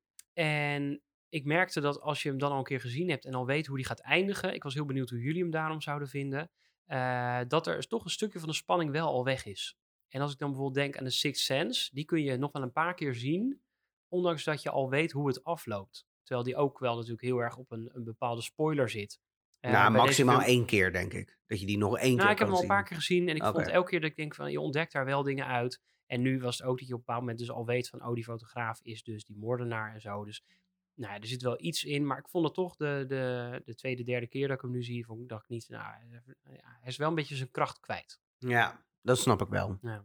[SPEAKER 1] En ik merkte dat als je hem dan al een keer gezien hebt en al weet hoe die gaat eindigen. Ik was heel benieuwd hoe jullie hem daarom zouden vinden. eh, dat er toch een stukje van de spanning wel al weg is. En als ik dan bijvoorbeeld denk aan The Sixth Sense. Die kun je nog wel een paar keer zien. Ondanks dat je al weet hoe het afloopt. Terwijl die ook wel natuurlijk heel erg op een, een bepaalde spoiler zit. Eh,
[SPEAKER 2] nou,
[SPEAKER 1] bij deze
[SPEAKER 2] maximaal
[SPEAKER 1] film-
[SPEAKER 2] één keer, denk ik. Dat je die nog één
[SPEAKER 1] Nou,
[SPEAKER 2] keer
[SPEAKER 1] ik heb
[SPEAKER 2] kan
[SPEAKER 1] hem al een
[SPEAKER 2] zien.
[SPEAKER 1] paar keer gezien en ik
[SPEAKER 2] Oké.
[SPEAKER 1] vond elke keer dat ik denk van, je ontdekt daar wel dingen uit. En nu was het ook dat je op een bepaald moment dus al weet van, oh, die fotograaf is dus die moordenaar en zo. Dus, nou ja, er zit wel iets in, maar ik vond het toch de, de, de tweede, derde keer dat ik hem nu zie, vond, ik- dacht ik niet, nou, eh, ja, hij is wel een beetje zijn kracht kwijt.
[SPEAKER 2] Ja, dat snap ik wel.
[SPEAKER 1] Ja.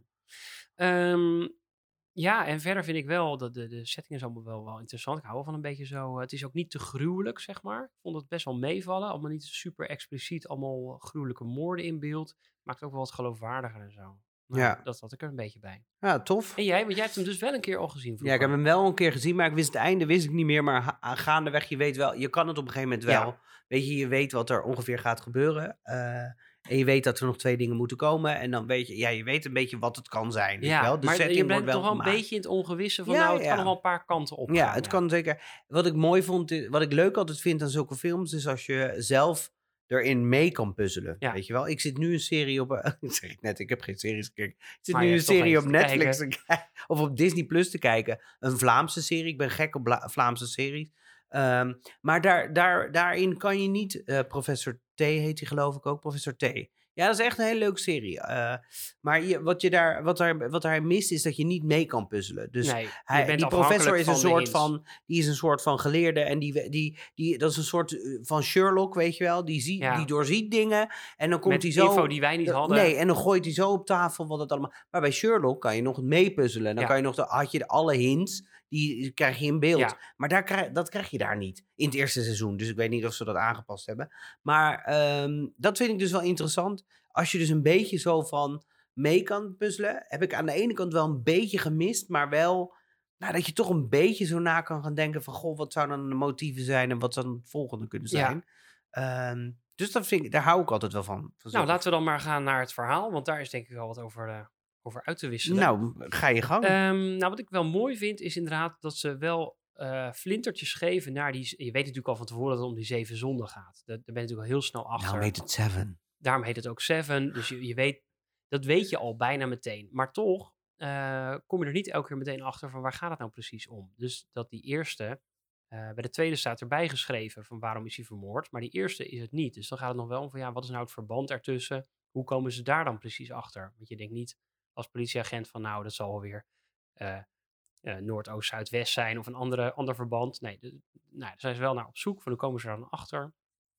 [SPEAKER 1] Ehm, ja, en verder vind ik wel dat de, de setting is allemaal wel, wel interessant. Ik hou wel van een beetje zo. eh, Het is ook niet te gruwelijk, zeg maar. Ik vond het best wel meevallen. Allemaal niet super expliciet, allemaal gruwelijke moorden in beeld. Maakt het ook wel wat geloofwaardiger en zo. Nou,
[SPEAKER 2] Ja.
[SPEAKER 1] Dat had ik er een beetje bij.
[SPEAKER 2] Ja, tof.
[SPEAKER 1] En jij, want jij hebt hem dus wel een keer al gezien
[SPEAKER 2] Ja,
[SPEAKER 1] vroeger.
[SPEAKER 2] ik heb hem wel een keer gezien, maar ik wist het einde wist ik niet meer. Maar ha- gaandeweg, je weet wel, je kan het op een gegeven moment wel.
[SPEAKER 1] Ja.
[SPEAKER 2] Weet je, je weet wat er ongeveer gaat gebeuren. eh, en je weet dat er nog twee dingen moeten komen. En dan weet je, ja, je weet een beetje wat het kan zijn. weet je
[SPEAKER 1] Ja,
[SPEAKER 2] wel? De
[SPEAKER 1] maar
[SPEAKER 2] setting
[SPEAKER 1] je
[SPEAKER 2] wordt
[SPEAKER 1] bent toch wel een
[SPEAKER 2] gemaakt.
[SPEAKER 1] beetje in het ongewisse van,
[SPEAKER 2] Ja,
[SPEAKER 1] nou, het
[SPEAKER 2] ja.
[SPEAKER 1] kan nog wel een paar kanten op.
[SPEAKER 2] Ja, het kan zeker. Wat ik mooi vond, i- wat ik leuk altijd vind aan zulke films, is als je zelf erin mee kan puzzelen.
[SPEAKER 1] Ja.
[SPEAKER 2] Weet je wel? Ik zit nu een serie op, eh, zeg ik net, ik heb geen series gekeken. Ik zit
[SPEAKER 1] Maar
[SPEAKER 2] nu
[SPEAKER 1] je
[SPEAKER 2] een
[SPEAKER 1] hebt toch
[SPEAKER 2] serie op
[SPEAKER 1] eentje te
[SPEAKER 2] Netflix te kijken, of op Disney Plus te kijken. Een Vlaamse serie. Ik ben gek op Bla- Vlaamse series. Ehm, maar daar, daar, daarin kan je niet, eh, Professor T heet hij geloof ik ook, Professor T. Ja, dat is echt een hele leuke serie. Eh, maar je, wat, je daar, wat, daar, wat daar mist is dat je niet mee kan puzzelen. Dus
[SPEAKER 1] nee, je
[SPEAKER 2] hij,
[SPEAKER 1] bent
[SPEAKER 2] die professor
[SPEAKER 1] afhankelijk
[SPEAKER 2] is een
[SPEAKER 1] van de
[SPEAKER 2] soort
[SPEAKER 1] hints.
[SPEAKER 2] van, die is een soort van geleerde en die, we- die, die, dat is een soort eh, van Sherlock, weet je wel. Die, zie,
[SPEAKER 1] Ja.
[SPEAKER 2] die doorziet dingen en dan komt
[SPEAKER 1] Met
[SPEAKER 2] hij zo.
[SPEAKER 1] info die wij niet
[SPEAKER 2] dat-
[SPEAKER 1] hadden.
[SPEAKER 2] Nee, en dan gooit hij zo op tafel wat het allemaal. Maar bij Sherlock kan je nog meepuzzelen. En dan
[SPEAKER 1] Ja.
[SPEAKER 2] kan je nog de, had je de alle hints. Die krijg je in beeld.
[SPEAKER 1] Ja.
[SPEAKER 2] Maar daar krijg, dat krijg je daar niet. In het eerste seizoen. Dus ik weet niet of ze dat aangepast hebben. Maar ehm, dat vind ik dus wel interessant. Als je dus een beetje zo van mee kan puzzelen. Heb ik aan de ene kant wel een beetje gemist. Maar wel nou, dat je toch een beetje zo na kan gaan denken van... Goh, wat zouden dan de motieven zijn en wat zou dan het volgende kunnen
[SPEAKER 1] Ja.
[SPEAKER 2] zijn. Ehm, dus dat vind ik, daar hou ik altijd wel van. van
[SPEAKER 1] Nou,
[SPEAKER 2] zulke-
[SPEAKER 1] laten we dan maar gaan naar het verhaal, want daar is denk ik wel wat over, eh, over uit te wisselen.
[SPEAKER 2] Nou, ga je gang.
[SPEAKER 1] Ehm, nou, wat ik wel mooi vind, is inderdaad dat ze wel eh, flintertjes geven naar die... Je weet natuurlijk al van tevoren dat het om die zeven zonden gaat. Daar, daar ben je natuurlijk al heel snel achter.
[SPEAKER 2] nou, heet het Seven.
[SPEAKER 1] Daarom heet het ook Seven. Dus je, je weet, dat weet je al bijna meteen. Maar toch eh, kom je er niet elke keer meteen achter van waar gaat het nou precies om. Dus dat die eerste, eh, bij de tweede staat erbij geschreven van waarom is hij vermoord. Maar die eerste is het niet. Dus dan gaat het nog wel om van ja, wat is nou het verband ertussen? Hoe komen ze daar dan precies achter? Want je denkt niet als politieagent van nou, dat zal wel weer... eh, uh, Noordoost, Zuidwest zijn of een andere, ander verband. Nee, de, nou, daar zijn ze wel naar op zoek. Van hoe komen ze er dan achter?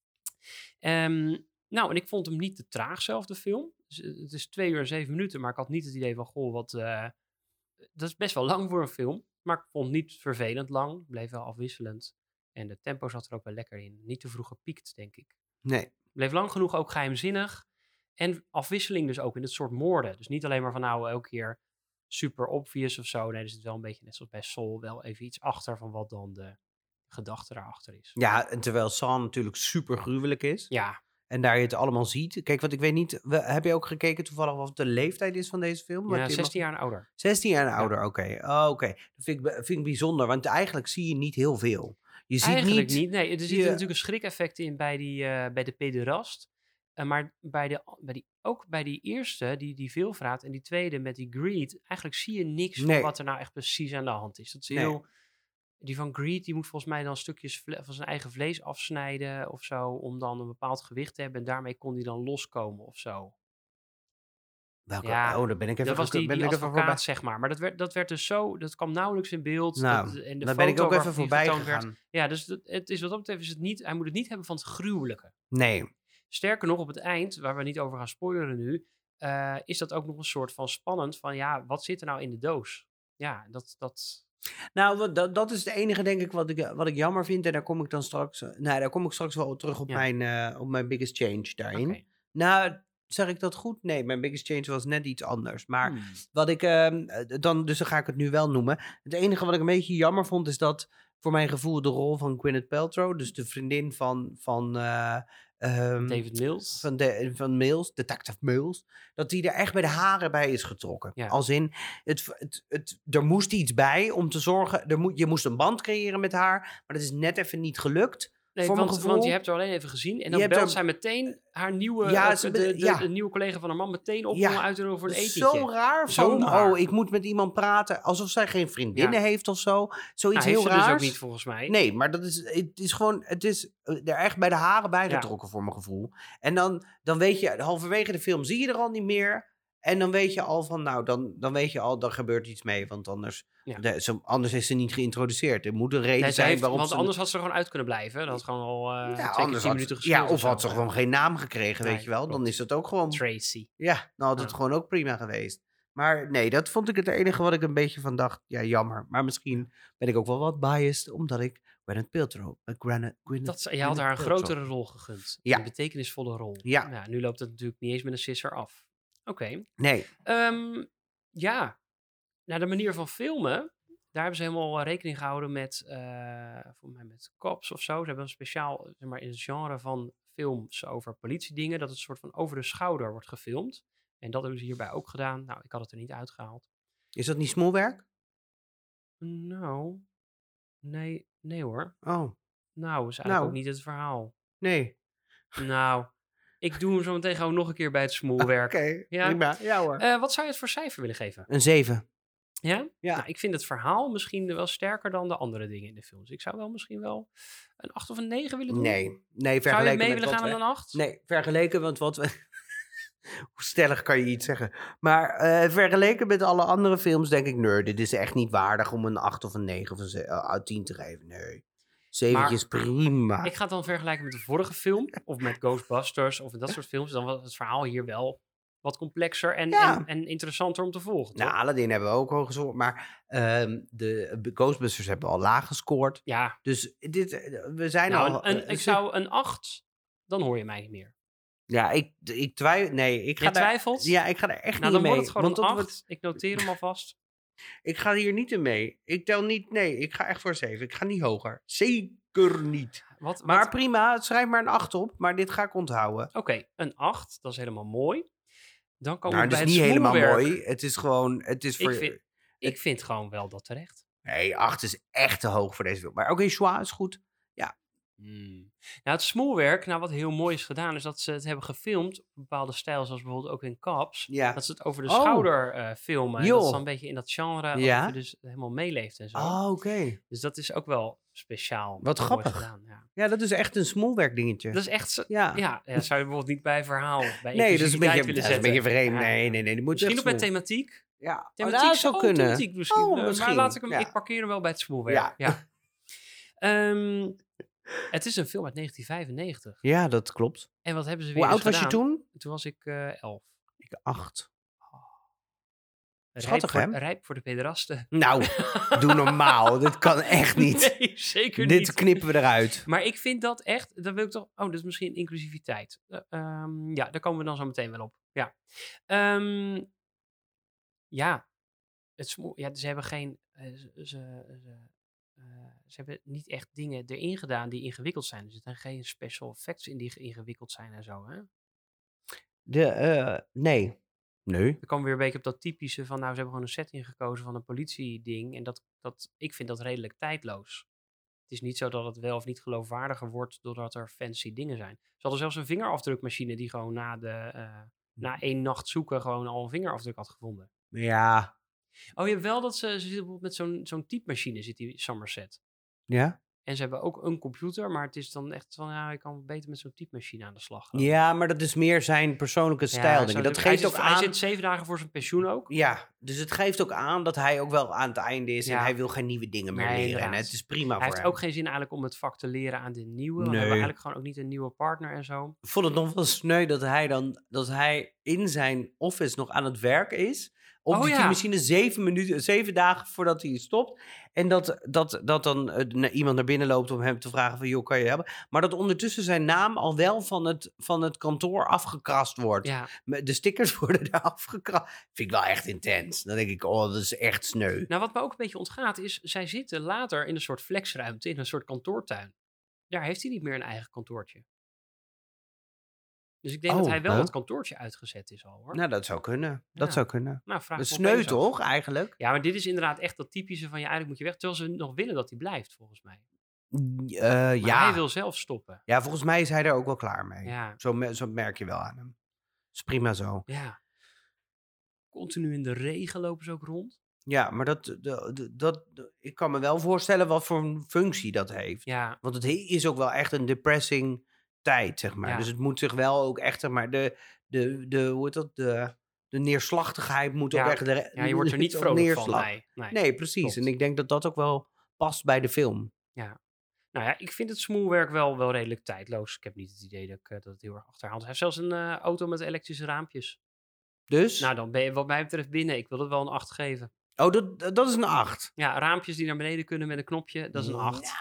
[SPEAKER 1] Um, nou, en ik vond hem niet te traag zelf, de film. Dus, het is twee uur en zeven minuten, maar ik had niet het idee van, goh, wat... Uh, dat is best wel lang voor een film, maar ik vond het niet vervelend lang. Het bleef wel afwisselend. En de tempo zat er ook wel lekker in. Niet te vroeg gepiekt, denk ik.
[SPEAKER 2] Nee.
[SPEAKER 1] Het bleef lang genoeg ook geheimzinnig. En afwisseling dus ook in het soort moorden. Dus niet alleen maar van nou elke keer super obvious of zo. Nee, er zit wel een beetje net zoals bij Soul wel even iets achter van wat dan de gedachte daarachter is.
[SPEAKER 2] Ja, en terwijl Saw natuurlijk super gruwelijk is.
[SPEAKER 1] Ja.
[SPEAKER 2] En daar je het allemaal ziet. Kijk, wat ik weet niet, we, heb je ook gekeken toevallig wat de leeftijd is van deze film?
[SPEAKER 1] Ja, zestien jaar en ouder.
[SPEAKER 2] zestien jaar en ouder, ja. Oké. Okay. Oh, oké. Okay. Dat vind ik, vind ik bijzonder, want eigenlijk zie je niet heel veel. Je ziet
[SPEAKER 1] eigenlijk
[SPEAKER 2] niet...
[SPEAKER 1] niet, nee. Er zitten
[SPEAKER 2] je...
[SPEAKER 1] natuurlijk een schrik-effect in bij, die, uh, bij de pederast. Uh, maar bij de, bij die, ook bij die eerste, die, die veelvraat, en die tweede met die Greed, eigenlijk zie je niks nee. van wat er nou echt precies aan de hand is. Dat is heel... Nee. Die van Greed, die moet volgens mij dan stukjes vle- van zijn eigen vlees afsnijden of zo, om dan een bepaald gewicht te hebben. En daarmee kon hij dan loskomen of zo.
[SPEAKER 2] Welke? Ja, oh, daar ben ik even
[SPEAKER 1] dat was die,
[SPEAKER 2] ben
[SPEAKER 1] die
[SPEAKER 2] ik
[SPEAKER 1] advocaat,
[SPEAKER 2] even voorbij.
[SPEAKER 1] zeg maar. Maar dat werd, dat werd dus zo, dat kwam nauwelijks in beeld.
[SPEAKER 2] Nou,
[SPEAKER 1] dat, en de
[SPEAKER 2] daar ben ik ook even voorbij gegaan.
[SPEAKER 1] Werd, ja, dus dat, het is wat dat betreft is het niet, hij moet het niet hebben van het gruwelijke.
[SPEAKER 2] Nee.
[SPEAKER 1] Sterker nog, op het eind, waar we niet over gaan spoileren nu, uh, is dat ook nog een soort van spannend van, ja, wat zit er nou in de doos? Ja, dat... dat
[SPEAKER 2] Nou, dat, dat is het enige, denk ik, wat ik, wat ik jammer vind. En daar kom ik dan straks... Nou, daar kom ik straks wel terug op, ja. mijn, uh, op mijn biggest change daarin. Okay. Nou, zeg ik dat goed? Nee, mijn biggest change was net iets anders. Maar hmm. wat ik... Uh, dan, dus dan ga ik het nu wel noemen. Het enige wat ik een beetje jammer vond, is dat voor mijn gevoel de rol van Gwyneth Paltrow, dus de vriendin van... van uh, Um,
[SPEAKER 1] David Mills.
[SPEAKER 2] Van, de, van Mills, Detective Mills. Dat die er echt bij de haren bij is getrokken. Ja. Als in, het, het, het, er moest iets bij om te zorgen... Er mo- je moest een band creëren met haar. Maar dat is net even niet gelukt.
[SPEAKER 1] Nee,
[SPEAKER 2] voor
[SPEAKER 1] want,
[SPEAKER 2] mijn gevoel.
[SPEAKER 1] want je hebt haar alleen even gezien. En dan belt er... zij meteen haar nieuwe... Ja, ze, de, de, ja. de nieuwe collega van haar man meteen op ja. om uit te nodigen voor een etentje.
[SPEAKER 2] Zo raar. Van, raar. Oh, ik moet met iemand praten. Alsof zij geen vriendinnen ja. heeft of zo. Zoiets nou, heel raars.
[SPEAKER 1] Dus ook niet volgens mij.
[SPEAKER 2] Nee, maar dat is, het is gewoon... Het is er echt bij de haren bij getrokken ja. voor mijn gevoel. En dan, dan weet je... Halverwege de film zie je er al niet meer... En dan weet je al van, nou, dan, dan weet je al, dan gebeurt iets mee. Want anders, ja. de, zo, anders is ze niet geïntroduceerd. Er moet een reden
[SPEAKER 1] nee,
[SPEAKER 2] zijn
[SPEAKER 1] heeft,
[SPEAKER 2] waarom
[SPEAKER 1] Want
[SPEAKER 2] ze...
[SPEAKER 1] anders had ze er gewoon uit kunnen blijven. Dat had gewoon al uh,
[SPEAKER 2] ja,
[SPEAKER 1] twee keer tien minuten gespeeld.
[SPEAKER 2] Ja, of, of had ze gewoon geen naam gekregen, nee, weet je wel.
[SPEAKER 1] Klopt.
[SPEAKER 2] Dan is dat ook gewoon...
[SPEAKER 1] Tracy.
[SPEAKER 2] Ja, dan had het ja. gewoon ook prima geweest. Maar nee, dat vond ik het enige wat ik een beetje van dacht. Ja, jammer. Maar misschien ben ik ook wel wat biased, omdat ik Gwyneth Paltrow... Uh, Gwyneth, Gwyneth,
[SPEAKER 1] dat, je had haar een Paltrow. grotere rol gegund.
[SPEAKER 2] Ja.
[SPEAKER 1] Een betekenisvolle rol.
[SPEAKER 2] Ja.
[SPEAKER 1] ja. Nu loopt het natuurlijk niet eens met een sisser af. Oké. Okay.
[SPEAKER 2] Nee.
[SPEAKER 1] Um, ja. Naar de manier van filmen, daar hebben ze helemaal rekening gehouden met, uh, volgens mij met cops of zo. Ze hebben een speciaal, zeg maar, in het genre van films over politiedingen, dat het een soort van over de schouder wordt gefilmd. En dat hebben ze hierbij ook gedaan. Nou, ik had het er niet uitgehaald.
[SPEAKER 2] Is dat niet smoelwerk?
[SPEAKER 1] Nou, nee, nee hoor.
[SPEAKER 2] Oh.
[SPEAKER 1] Nou, is eigenlijk
[SPEAKER 2] nou.
[SPEAKER 1] ook niet het verhaal.
[SPEAKER 2] Nee.
[SPEAKER 1] Nou... Ik doe hem zo meteen gewoon nog een keer bij het smoelwerk.
[SPEAKER 2] Oké, okay,
[SPEAKER 1] ja.
[SPEAKER 2] prima. Ja hoor.
[SPEAKER 1] Uh, wat zou je het voor cijfer willen geven?
[SPEAKER 2] Een zeven.
[SPEAKER 1] Ja?
[SPEAKER 2] Ja.
[SPEAKER 1] Nou, ik vind het verhaal misschien wel sterker dan de andere dingen in de films. Ik zou wel misschien wel een acht of een negen willen doen.
[SPEAKER 2] Nee, nee vergeleken
[SPEAKER 1] zou je mee
[SPEAKER 2] met
[SPEAKER 1] willen gaan
[SPEAKER 2] we...
[SPEAKER 1] met een acht?
[SPEAKER 2] Nee, vergeleken met wat we... Hoe stellig kan je iets zeggen? Maar uh, vergeleken met alle andere films denk ik... Nee, dit is echt niet waardig om een acht of een negen of een ze- uh, uit tien te geven. Nee. Zeventje is prima.
[SPEAKER 1] Ik ga het dan vergelijken met de vorige film. Of met Ghostbusters of dat soort films. Dan was het verhaal hier wel wat complexer en, ja. en, en interessanter om te volgen.
[SPEAKER 2] Nou, Aladdin hebben we ook al gescoord. Maar um, de Ghostbusters hebben we al laag gescoord.
[SPEAKER 1] Ja.
[SPEAKER 2] Dus dit, we zijn
[SPEAKER 1] nou,
[SPEAKER 2] al...
[SPEAKER 1] Een, een, uh, ik zou een acht, dan hoor je mij niet meer.
[SPEAKER 2] Ja, ik, ik twijfel... Nee, ik ga
[SPEAKER 1] je
[SPEAKER 2] daar,
[SPEAKER 1] twijfelt?
[SPEAKER 2] Ja, ik ga er echt
[SPEAKER 1] nou,
[SPEAKER 2] niet mee.
[SPEAKER 1] Dan wordt het gewoon
[SPEAKER 2] want
[SPEAKER 1] een acht.
[SPEAKER 2] Wordt...
[SPEAKER 1] Ik noteer hem alvast.
[SPEAKER 2] Ik ga hier niet in mee. Ik tel niet... Nee, ik ga echt voor zeven. Ik ga niet hoger. Zeker niet.
[SPEAKER 1] Wat,
[SPEAKER 2] maar
[SPEAKER 1] wat?
[SPEAKER 2] Prima, schrijf maar een acht op. Maar dit ga ik onthouden.
[SPEAKER 1] Oké, okay, een acht. Dat is helemaal mooi. Dan komen
[SPEAKER 2] nou,
[SPEAKER 1] we bij
[SPEAKER 2] het is
[SPEAKER 1] het
[SPEAKER 2] niet helemaal
[SPEAKER 1] mooi.
[SPEAKER 2] Het is gewoon... Het is voor...
[SPEAKER 1] ik, vind, ik vind gewoon wel dat terecht.
[SPEAKER 2] Nee, acht is echt te hoog voor deze film. Maar oké, okay, Schwa is goed. Ja.
[SPEAKER 1] Hmm. Nou, het smoelwerk, nou wat heel mooi is gedaan, is dat ze het hebben gefilmd op een bepaalde stijl, zoals bijvoorbeeld ook in Cops.
[SPEAKER 2] Ja.
[SPEAKER 1] Dat ze het over de
[SPEAKER 2] oh.
[SPEAKER 1] schouder uh, filmen. En dat is dan een beetje in dat genre,
[SPEAKER 2] ja?
[SPEAKER 1] alsof je dus helemaal meeleeft en zo.
[SPEAKER 2] Oh, oké. Okay.
[SPEAKER 1] Dus dat is ook wel speciaal.
[SPEAKER 2] Wat grappig.
[SPEAKER 1] Gedaan, ja.
[SPEAKER 2] ja, dat is echt een smoelwerk dingetje.
[SPEAKER 1] Dat is echt, zo,
[SPEAKER 2] ja.
[SPEAKER 1] Ja, ja, zou je bijvoorbeeld niet bij verhaal, bij
[SPEAKER 2] nee, dat is een beetje,
[SPEAKER 1] willen
[SPEAKER 2] dat is een beetje vreemd.
[SPEAKER 1] Ja.
[SPEAKER 2] Nee, nee, nee. nee moet
[SPEAKER 1] Misschien ook bij thematiek.
[SPEAKER 2] Ja,
[SPEAKER 1] Thematiek
[SPEAKER 2] oh, dat zou
[SPEAKER 1] oh,
[SPEAKER 2] kunnen.
[SPEAKER 1] thematiek misschien.
[SPEAKER 2] Oh,
[SPEAKER 1] Uh,
[SPEAKER 2] misschien.
[SPEAKER 1] Maar laat ik hem,
[SPEAKER 2] ja.
[SPEAKER 1] ik parkeer hem wel bij het smoelwerk.
[SPEAKER 2] Ja.
[SPEAKER 1] ja. um, het is een film uit negentien vijfennegentig.
[SPEAKER 2] Ja, dat klopt.
[SPEAKER 1] En wat hebben ze weer
[SPEAKER 2] Hoe
[SPEAKER 1] eens
[SPEAKER 2] oud was je
[SPEAKER 1] gedaan?
[SPEAKER 2] toen?
[SPEAKER 1] Toen was ik uh, elf.
[SPEAKER 2] Ik acht.
[SPEAKER 1] Rijp
[SPEAKER 2] Schattig,
[SPEAKER 1] voor,
[SPEAKER 2] hè?
[SPEAKER 1] rijp voor de pederasten.
[SPEAKER 2] Nou, doe normaal. Dit kan echt niet.
[SPEAKER 1] Nee, zeker
[SPEAKER 2] Dit
[SPEAKER 1] niet.
[SPEAKER 2] knippen we eruit.
[SPEAKER 1] Maar ik vind dat echt, dan wil ik toch, oh, dat is misschien inclusiviteit. Uh, um, ja, daar komen we dan zo meteen wel op. Ja, um, ja. Het smoel, ja, ze hebben geen, uh, ze, ze, ze, uh, ze hebben niet echt dingen erin gedaan die ingewikkeld zijn. Er zitten geen special effects in die ingewikkeld zijn en zo, hè?
[SPEAKER 2] De, uh, nee. Nee.
[SPEAKER 1] Dan komen we weer een beetje op dat typische van, nou, ze hebben gewoon een setting gekozen van een politieding. En dat, dat, ik vind dat redelijk tijdloos. Het is niet zo dat het wel of niet geloofwaardiger wordt doordat er fancy dingen zijn. Ze hadden zelfs een vingerafdrukmachine die gewoon na, de, uh, na één nacht zoeken gewoon al een vingerafdruk had gevonden.
[SPEAKER 2] Ja.
[SPEAKER 1] Oh, je hebt wel dat ze, ze zitten met zo'n zo'n typemachine, zit die Somerset.
[SPEAKER 2] Ja?
[SPEAKER 1] En ze hebben ook een computer, maar het is dan echt van, ja, je kan beter met zo'n typemachine aan de slag gaan.
[SPEAKER 2] Ja, maar dat is meer zijn persoonlijke stijl. Ja, dat geeft
[SPEAKER 1] hij
[SPEAKER 2] ook
[SPEAKER 1] zit,
[SPEAKER 2] aan...
[SPEAKER 1] Hij zit zeven dagen voor zijn pensioen ook.
[SPEAKER 2] Ja, dus het geeft ook aan dat hij ook wel aan het einde is. Ja. En hij wil geen nieuwe dingen meer
[SPEAKER 1] nee,
[SPEAKER 2] leren. En het is prima
[SPEAKER 1] hij
[SPEAKER 2] voor
[SPEAKER 1] heeft
[SPEAKER 2] hem.
[SPEAKER 1] ook geen zin eigenlijk om het vak te leren aan de nieuwe. Nee. We hebben eigenlijk gewoon ook niet een nieuwe partner en zo.
[SPEAKER 2] Ik vond het nog wel sneu dat hij dan dat hij in zijn office nog aan het werk is. Op
[SPEAKER 1] oh,
[SPEAKER 2] die
[SPEAKER 1] ja.
[SPEAKER 2] machine zeven minuten, zeven dagen voordat hij stopt. En dat, dat, dat dan uh, iemand naar binnen loopt om hem te vragen van, joh, kan je helpen? Maar dat ondertussen zijn naam al wel van het, van het kantoor afgekrast wordt.
[SPEAKER 1] Ja.
[SPEAKER 2] De stickers worden daar afgekrast. Vind ik wel echt intens. Dan denk ik, oh, dat is echt sneu.
[SPEAKER 1] Nou, wat me ook een beetje ontgaat is, zij zitten later in een soort flexruimte, in een soort kantoortuin. Daar heeft hij niet meer een eigen kantoortje. Dus ik denk
[SPEAKER 2] oh,
[SPEAKER 1] dat hij wel
[SPEAKER 2] huh?
[SPEAKER 1] dat kantoortje uitgezet is al, hoor.
[SPEAKER 2] Nou, dat zou kunnen. Dat
[SPEAKER 1] ja.
[SPEAKER 2] zou kunnen.
[SPEAKER 1] Nou, vraag
[SPEAKER 2] dat is sneu toch, eigenlijk?
[SPEAKER 1] Ja, maar dit is inderdaad echt dat typische van, ja, eigenlijk moet je weg. Terwijl ze nog willen dat hij blijft, volgens mij.
[SPEAKER 2] Uh, maar ja.
[SPEAKER 1] hij wil zelf stoppen.
[SPEAKER 2] Ja, volgens mij is hij er ook wel klaar mee.
[SPEAKER 1] Ja.
[SPEAKER 2] Zo, zo merk je wel aan hem. Is prima zo.
[SPEAKER 1] Ja. Continu in de regen lopen ze ook rond.
[SPEAKER 2] Ja, maar dat, dat, dat, dat, ik kan me wel voorstellen wat voor een functie dat heeft.
[SPEAKER 1] Ja.
[SPEAKER 2] Want het is ook wel echt een depressing tijd, zeg maar.
[SPEAKER 1] Ja.
[SPEAKER 2] Dus het moet zich wel ook echt, zeg maar, de, de, de hoe heet dat, de, de neerslachtigheid moet
[SPEAKER 1] ja.
[SPEAKER 2] ook echt... De,
[SPEAKER 1] ja, je wordt er niet vrolijk van. Nee, nee.
[SPEAKER 2] nee precies. Klopt. En ik denk dat dat ook wel past bij de film.
[SPEAKER 1] Ja. Nou ja, ik vind het smoelwerk wel, wel redelijk tijdloos. Ik heb niet het idee dat, ik, dat het heel erg achterhaald. Hij heeft zelfs een uh, auto met elektrische raampjes.
[SPEAKER 2] Dus?
[SPEAKER 1] Nou, dan ben je wat mij betreft binnen. Ik wil het wel een acht geven.
[SPEAKER 2] Oh, dat, dat is een acht?
[SPEAKER 1] Ja, raampjes die naar beneden kunnen met een knopje, dat is een acht. Ja.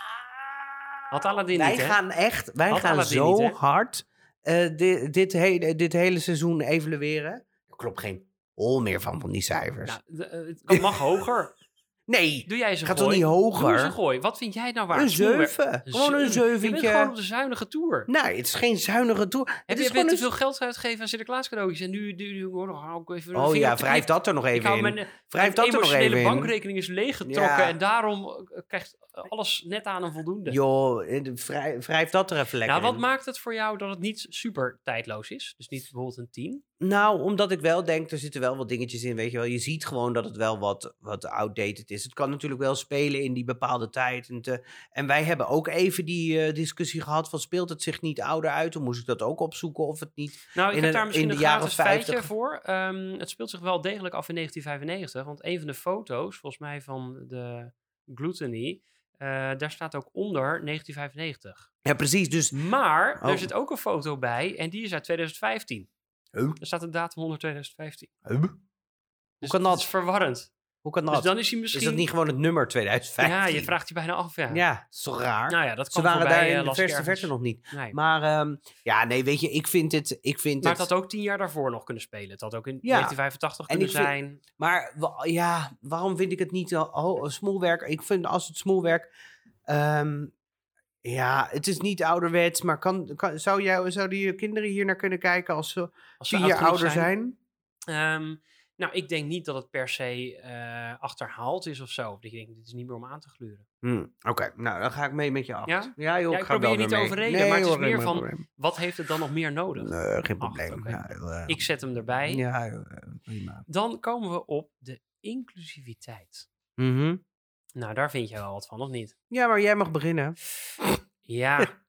[SPEAKER 1] Had Aladdin
[SPEAKER 2] wij
[SPEAKER 1] niet, hè?
[SPEAKER 2] Gaan echt, wij
[SPEAKER 1] Had
[SPEAKER 2] gaan
[SPEAKER 1] Aladdin
[SPEAKER 2] zo
[SPEAKER 1] niet,
[SPEAKER 2] hard uh, dit, dit, hele, dit hele seizoen evalueren. Er klopt geen hol meer van, van die cijfers.
[SPEAKER 1] Nou, de, uh, het mag hoger.
[SPEAKER 2] Nee,
[SPEAKER 1] doe jij eens een
[SPEAKER 2] gaat
[SPEAKER 1] gooi.
[SPEAKER 2] toch niet hoger?
[SPEAKER 1] Doe eens een gooi. Wat vind jij nou waar?
[SPEAKER 2] Een zeven. Gewoon een zeventje.
[SPEAKER 1] Je bent gewoon op de zuinige tour.
[SPEAKER 2] Nee, het is geen zuinige tour.
[SPEAKER 1] Heb
[SPEAKER 2] het
[SPEAKER 1] je
[SPEAKER 2] is
[SPEAKER 1] gewoon te
[SPEAKER 2] een...
[SPEAKER 1] veel geld uitgegeven aan Sinterklaas cadeautjes en nu, nu, nu hou ik even...
[SPEAKER 2] Oh ja, wrijf dat er nog even in.
[SPEAKER 1] Mijn,
[SPEAKER 2] wrijf dat er nog even in.
[SPEAKER 1] Mijn emotionele bankrekening is leeggetrokken
[SPEAKER 2] ja.
[SPEAKER 1] en daarom krijgt alles net aan een voldoende.
[SPEAKER 2] Joh, wrijf, wrijf dat er even lekker
[SPEAKER 1] Nou, wat
[SPEAKER 2] in.
[SPEAKER 1] maakt het voor jou dat het niet super tijdloos is? Dus niet bijvoorbeeld een tien?
[SPEAKER 2] Nou, omdat ik wel denk, er zitten wel wat dingetjes in, weet je wel. Je ziet gewoon dat het wel wat, wat outdated is. Het kan natuurlijk wel spelen in die bepaalde tijd. En, te, en wij hebben ook even die uh, discussie gehad van, speelt het zich niet ouder uit? Toen moest ik dat ook opzoeken of het niet...
[SPEAKER 1] Nou, ik
[SPEAKER 2] in
[SPEAKER 1] heb
[SPEAKER 2] een,
[SPEAKER 1] daar misschien
[SPEAKER 2] in
[SPEAKER 1] een
[SPEAKER 2] de jaren
[SPEAKER 1] gratis
[SPEAKER 2] vijftig...
[SPEAKER 1] feitje voor. Um, het speelt zich wel degelijk af in negentien vijfennegentig. Want een van de foto's, volgens mij van de Gluttony... Uh, daar staat ook onder negentien vijfennegentig.
[SPEAKER 2] Ja, precies. Dus...
[SPEAKER 1] Maar
[SPEAKER 2] oh.
[SPEAKER 1] er zit ook een foto bij en die is uit twintig vijftien.
[SPEAKER 2] Huh?
[SPEAKER 1] Er staat een datum onder twintig vijftien.
[SPEAKER 2] Huh?
[SPEAKER 1] Dus
[SPEAKER 2] Hoe kan dat?
[SPEAKER 1] Dat is verwarrend.
[SPEAKER 2] Hoe kan dat?
[SPEAKER 1] Dus dan is hij misschien...
[SPEAKER 2] Is dat niet gewoon het nummer twintig vijftien?
[SPEAKER 1] Ja, je vraagt je bijna af, ja.
[SPEAKER 2] Ja, dat is toch raar?
[SPEAKER 1] Nou ja, dat
[SPEAKER 2] Ze
[SPEAKER 1] kwam
[SPEAKER 2] waren
[SPEAKER 1] voorbij,
[SPEAKER 2] daar in
[SPEAKER 1] uh,
[SPEAKER 2] de verste verte nog niet.
[SPEAKER 1] Nee.
[SPEAKER 2] Maar um, ja, nee, weet je, ik vind het... Ik vind
[SPEAKER 1] maar
[SPEAKER 2] het,
[SPEAKER 1] het had ook tien jaar daarvoor nog kunnen spelen. Het had ook in
[SPEAKER 2] ja.
[SPEAKER 1] negentien vijfentachtig kunnen
[SPEAKER 2] vind,
[SPEAKER 1] zijn.
[SPEAKER 2] Maar ja, waarom vind ik het niet oh, smoelwerk? Ik vind als het smoelwerk... Um, ja, het is niet ouderwets, maar kan, kan, zou jij, zouden je kinderen hier naar kunnen kijken als ze
[SPEAKER 1] als ze
[SPEAKER 2] vier jaar ouder
[SPEAKER 1] zijn?
[SPEAKER 2] zijn?
[SPEAKER 1] Um, nou, ik denk niet dat het per se uh, achterhaald is of zo. Ik denk, dit is niet meer om aan te gluren.
[SPEAKER 2] Hmm, Oké, okay. Nou, dan ga ik mee met je af.
[SPEAKER 1] Ja?
[SPEAKER 2] Ja, joh,
[SPEAKER 1] ja,
[SPEAKER 2] ik,
[SPEAKER 1] ik
[SPEAKER 2] ga
[SPEAKER 1] probeer je niet te overreden,
[SPEAKER 2] nee,
[SPEAKER 1] maar het is
[SPEAKER 2] hoor,
[SPEAKER 1] meer
[SPEAKER 2] geen
[SPEAKER 1] van,
[SPEAKER 2] probleem.
[SPEAKER 1] Wat heeft het dan nog meer nodig?
[SPEAKER 2] Nee, geen probleem.
[SPEAKER 1] Acht, okay.
[SPEAKER 2] Ja, uh,
[SPEAKER 1] ik zet hem erbij.
[SPEAKER 2] Ja, uh, prima.
[SPEAKER 1] Dan komen we op de inclusiviteit.
[SPEAKER 2] Mm-hmm.
[SPEAKER 1] Nou, daar vind je wel wat van, of niet?
[SPEAKER 2] Ja, maar jij mag beginnen.
[SPEAKER 1] Ja.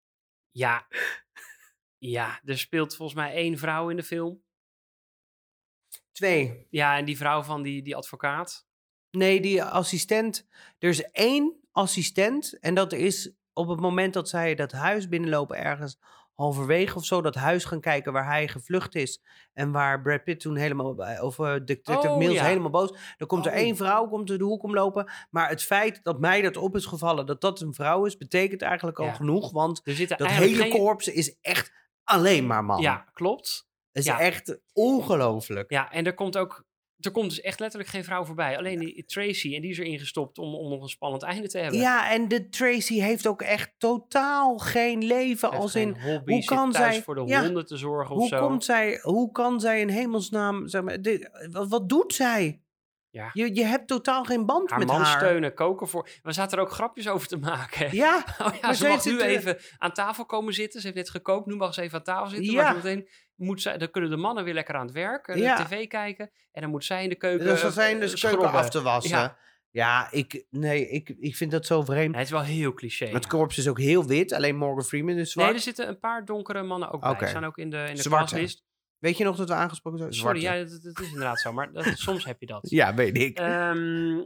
[SPEAKER 1] ja. Ja, er speelt volgens mij één vrouw in de film.
[SPEAKER 2] Twee.
[SPEAKER 1] Ja, en die vrouw van die, die advocaat.
[SPEAKER 2] Nee, die assistent. Er is één assistent. En dat is op het moment dat zij dat huis binnenlopen, ergens halverwege of zo, dat huis gaan kijken waar hij gevlucht is. En waar Brad Pitt toen helemaal, bij- of uh, Detective
[SPEAKER 1] Oh,
[SPEAKER 2] Mills
[SPEAKER 1] ja.
[SPEAKER 2] helemaal boos. Dan komt er
[SPEAKER 1] Oh.
[SPEAKER 2] één vrouw, komt er de hoek omlopen. Maar het feit dat mij dat op is gevallen, dat dat een vrouw is, betekent eigenlijk al
[SPEAKER 1] Ja.
[SPEAKER 2] genoeg. Want
[SPEAKER 1] Er zitten
[SPEAKER 2] dat
[SPEAKER 1] eigenlijk
[SPEAKER 2] hele
[SPEAKER 1] geen...
[SPEAKER 2] korps is echt alleen maar man.
[SPEAKER 1] Ja, klopt.
[SPEAKER 2] Het is
[SPEAKER 1] Ja.
[SPEAKER 2] echt ongelooflijk.
[SPEAKER 1] Ja, en er komt ook... Er komt dus echt letterlijk geen vrouw voorbij. Alleen die Tracy, en die is erin gestopt om, om nog een spannend einde te hebben.
[SPEAKER 2] Ja, en de Tracy heeft ook echt totaal geen leven.
[SPEAKER 1] Heeft
[SPEAKER 2] Als
[SPEAKER 1] geen
[SPEAKER 2] in,
[SPEAKER 1] hobby,
[SPEAKER 2] hoe
[SPEAKER 1] zit
[SPEAKER 2] kan
[SPEAKER 1] thuis
[SPEAKER 2] zij-
[SPEAKER 1] voor de
[SPEAKER 2] ja,
[SPEAKER 1] honden te zorgen of
[SPEAKER 2] hoe,
[SPEAKER 1] zo.
[SPEAKER 2] komt zij, hoe kan zij in hemelsnaam... Zeg maar, dit, wat, wat doet zij?
[SPEAKER 1] Ja.
[SPEAKER 2] Je, je hebt totaal geen band
[SPEAKER 1] Haar
[SPEAKER 2] met
[SPEAKER 1] man
[SPEAKER 2] haar.
[SPEAKER 1] steunen, koken voor... We zaten er ook grapjes over te maken.
[SPEAKER 2] Ja,
[SPEAKER 1] Oh ja,
[SPEAKER 2] maar
[SPEAKER 1] ze
[SPEAKER 2] zij
[SPEAKER 1] mag nu
[SPEAKER 2] zit er-
[SPEAKER 1] even aan tafel komen zitten. Ze heeft net gekookt, nu mag ze even aan tafel zitten.
[SPEAKER 2] Ja.
[SPEAKER 1] Maar zometeen moet zij, dan kunnen de mannen weer lekker aan het werk, eh, de
[SPEAKER 2] Ja.
[SPEAKER 1] tv kijken. En dan moet zij in de keuken
[SPEAKER 2] Dus dan zijn
[SPEAKER 1] eh,
[SPEAKER 2] de keuken
[SPEAKER 1] schrobben.
[SPEAKER 2] af te wassen. Ja,
[SPEAKER 1] Ja.
[SPEAKER 2] ik, nee, ik, ik vind dat zo vreemd.
[SPEAKER 1] Nee, het is wel heel cliché.
[SPEAKER 2] Het
[SPEAKER 1] ja.
[SPEAKER 2] korps is ook heel wit. Alleen Morgan Freeman is zwart.
[SPEAKER 1] Nee, er zitten een paar donkere mannen ook bij.
[SPEAKER 2] Oké.
[SPEAKER 1] Ze staan ook in de, in de
[SPEAKER 2] Zwarte.
[SPEAKER 1] castlist.
[SPEAKER 2] Weet je nog dat we aangesproken zijn?
[SPEAKER 1] Sorry,
[SPEAKER 2] Zwarte.
[SPEAKER 1] ja, dat, dat is inderdaad zo. Maar dat, soms heb je dat.
[SPEAKER 2] Ja, weet ik.
[SPEAKER 1] Ehm,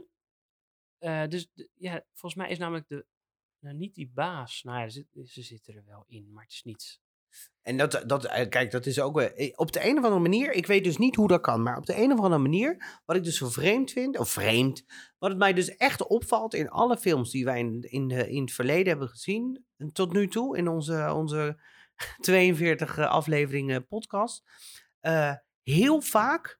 [SPEAKER 1] eh, dus de- ja, volgens mij is namelijk de... Nou, niet die baas. Nou ja, ze, ze zitten er wel in, maar het is niet...
[SPEAKER 2] En dat, dat, eh, kijk, dat is ook wel- eh, op de een of andere manier, ik weet dus niet hoe dat kan, maar op de een of andere manier, wat ik dus zo vreemd vind, of vreemd, wat het mij dus echt opvalt in alle films die wij in, in, de, in het verleden hebben gezien, en tot nu toe, in onze, onze tweeënveertig afleveringen podcast, eh, heel vaak,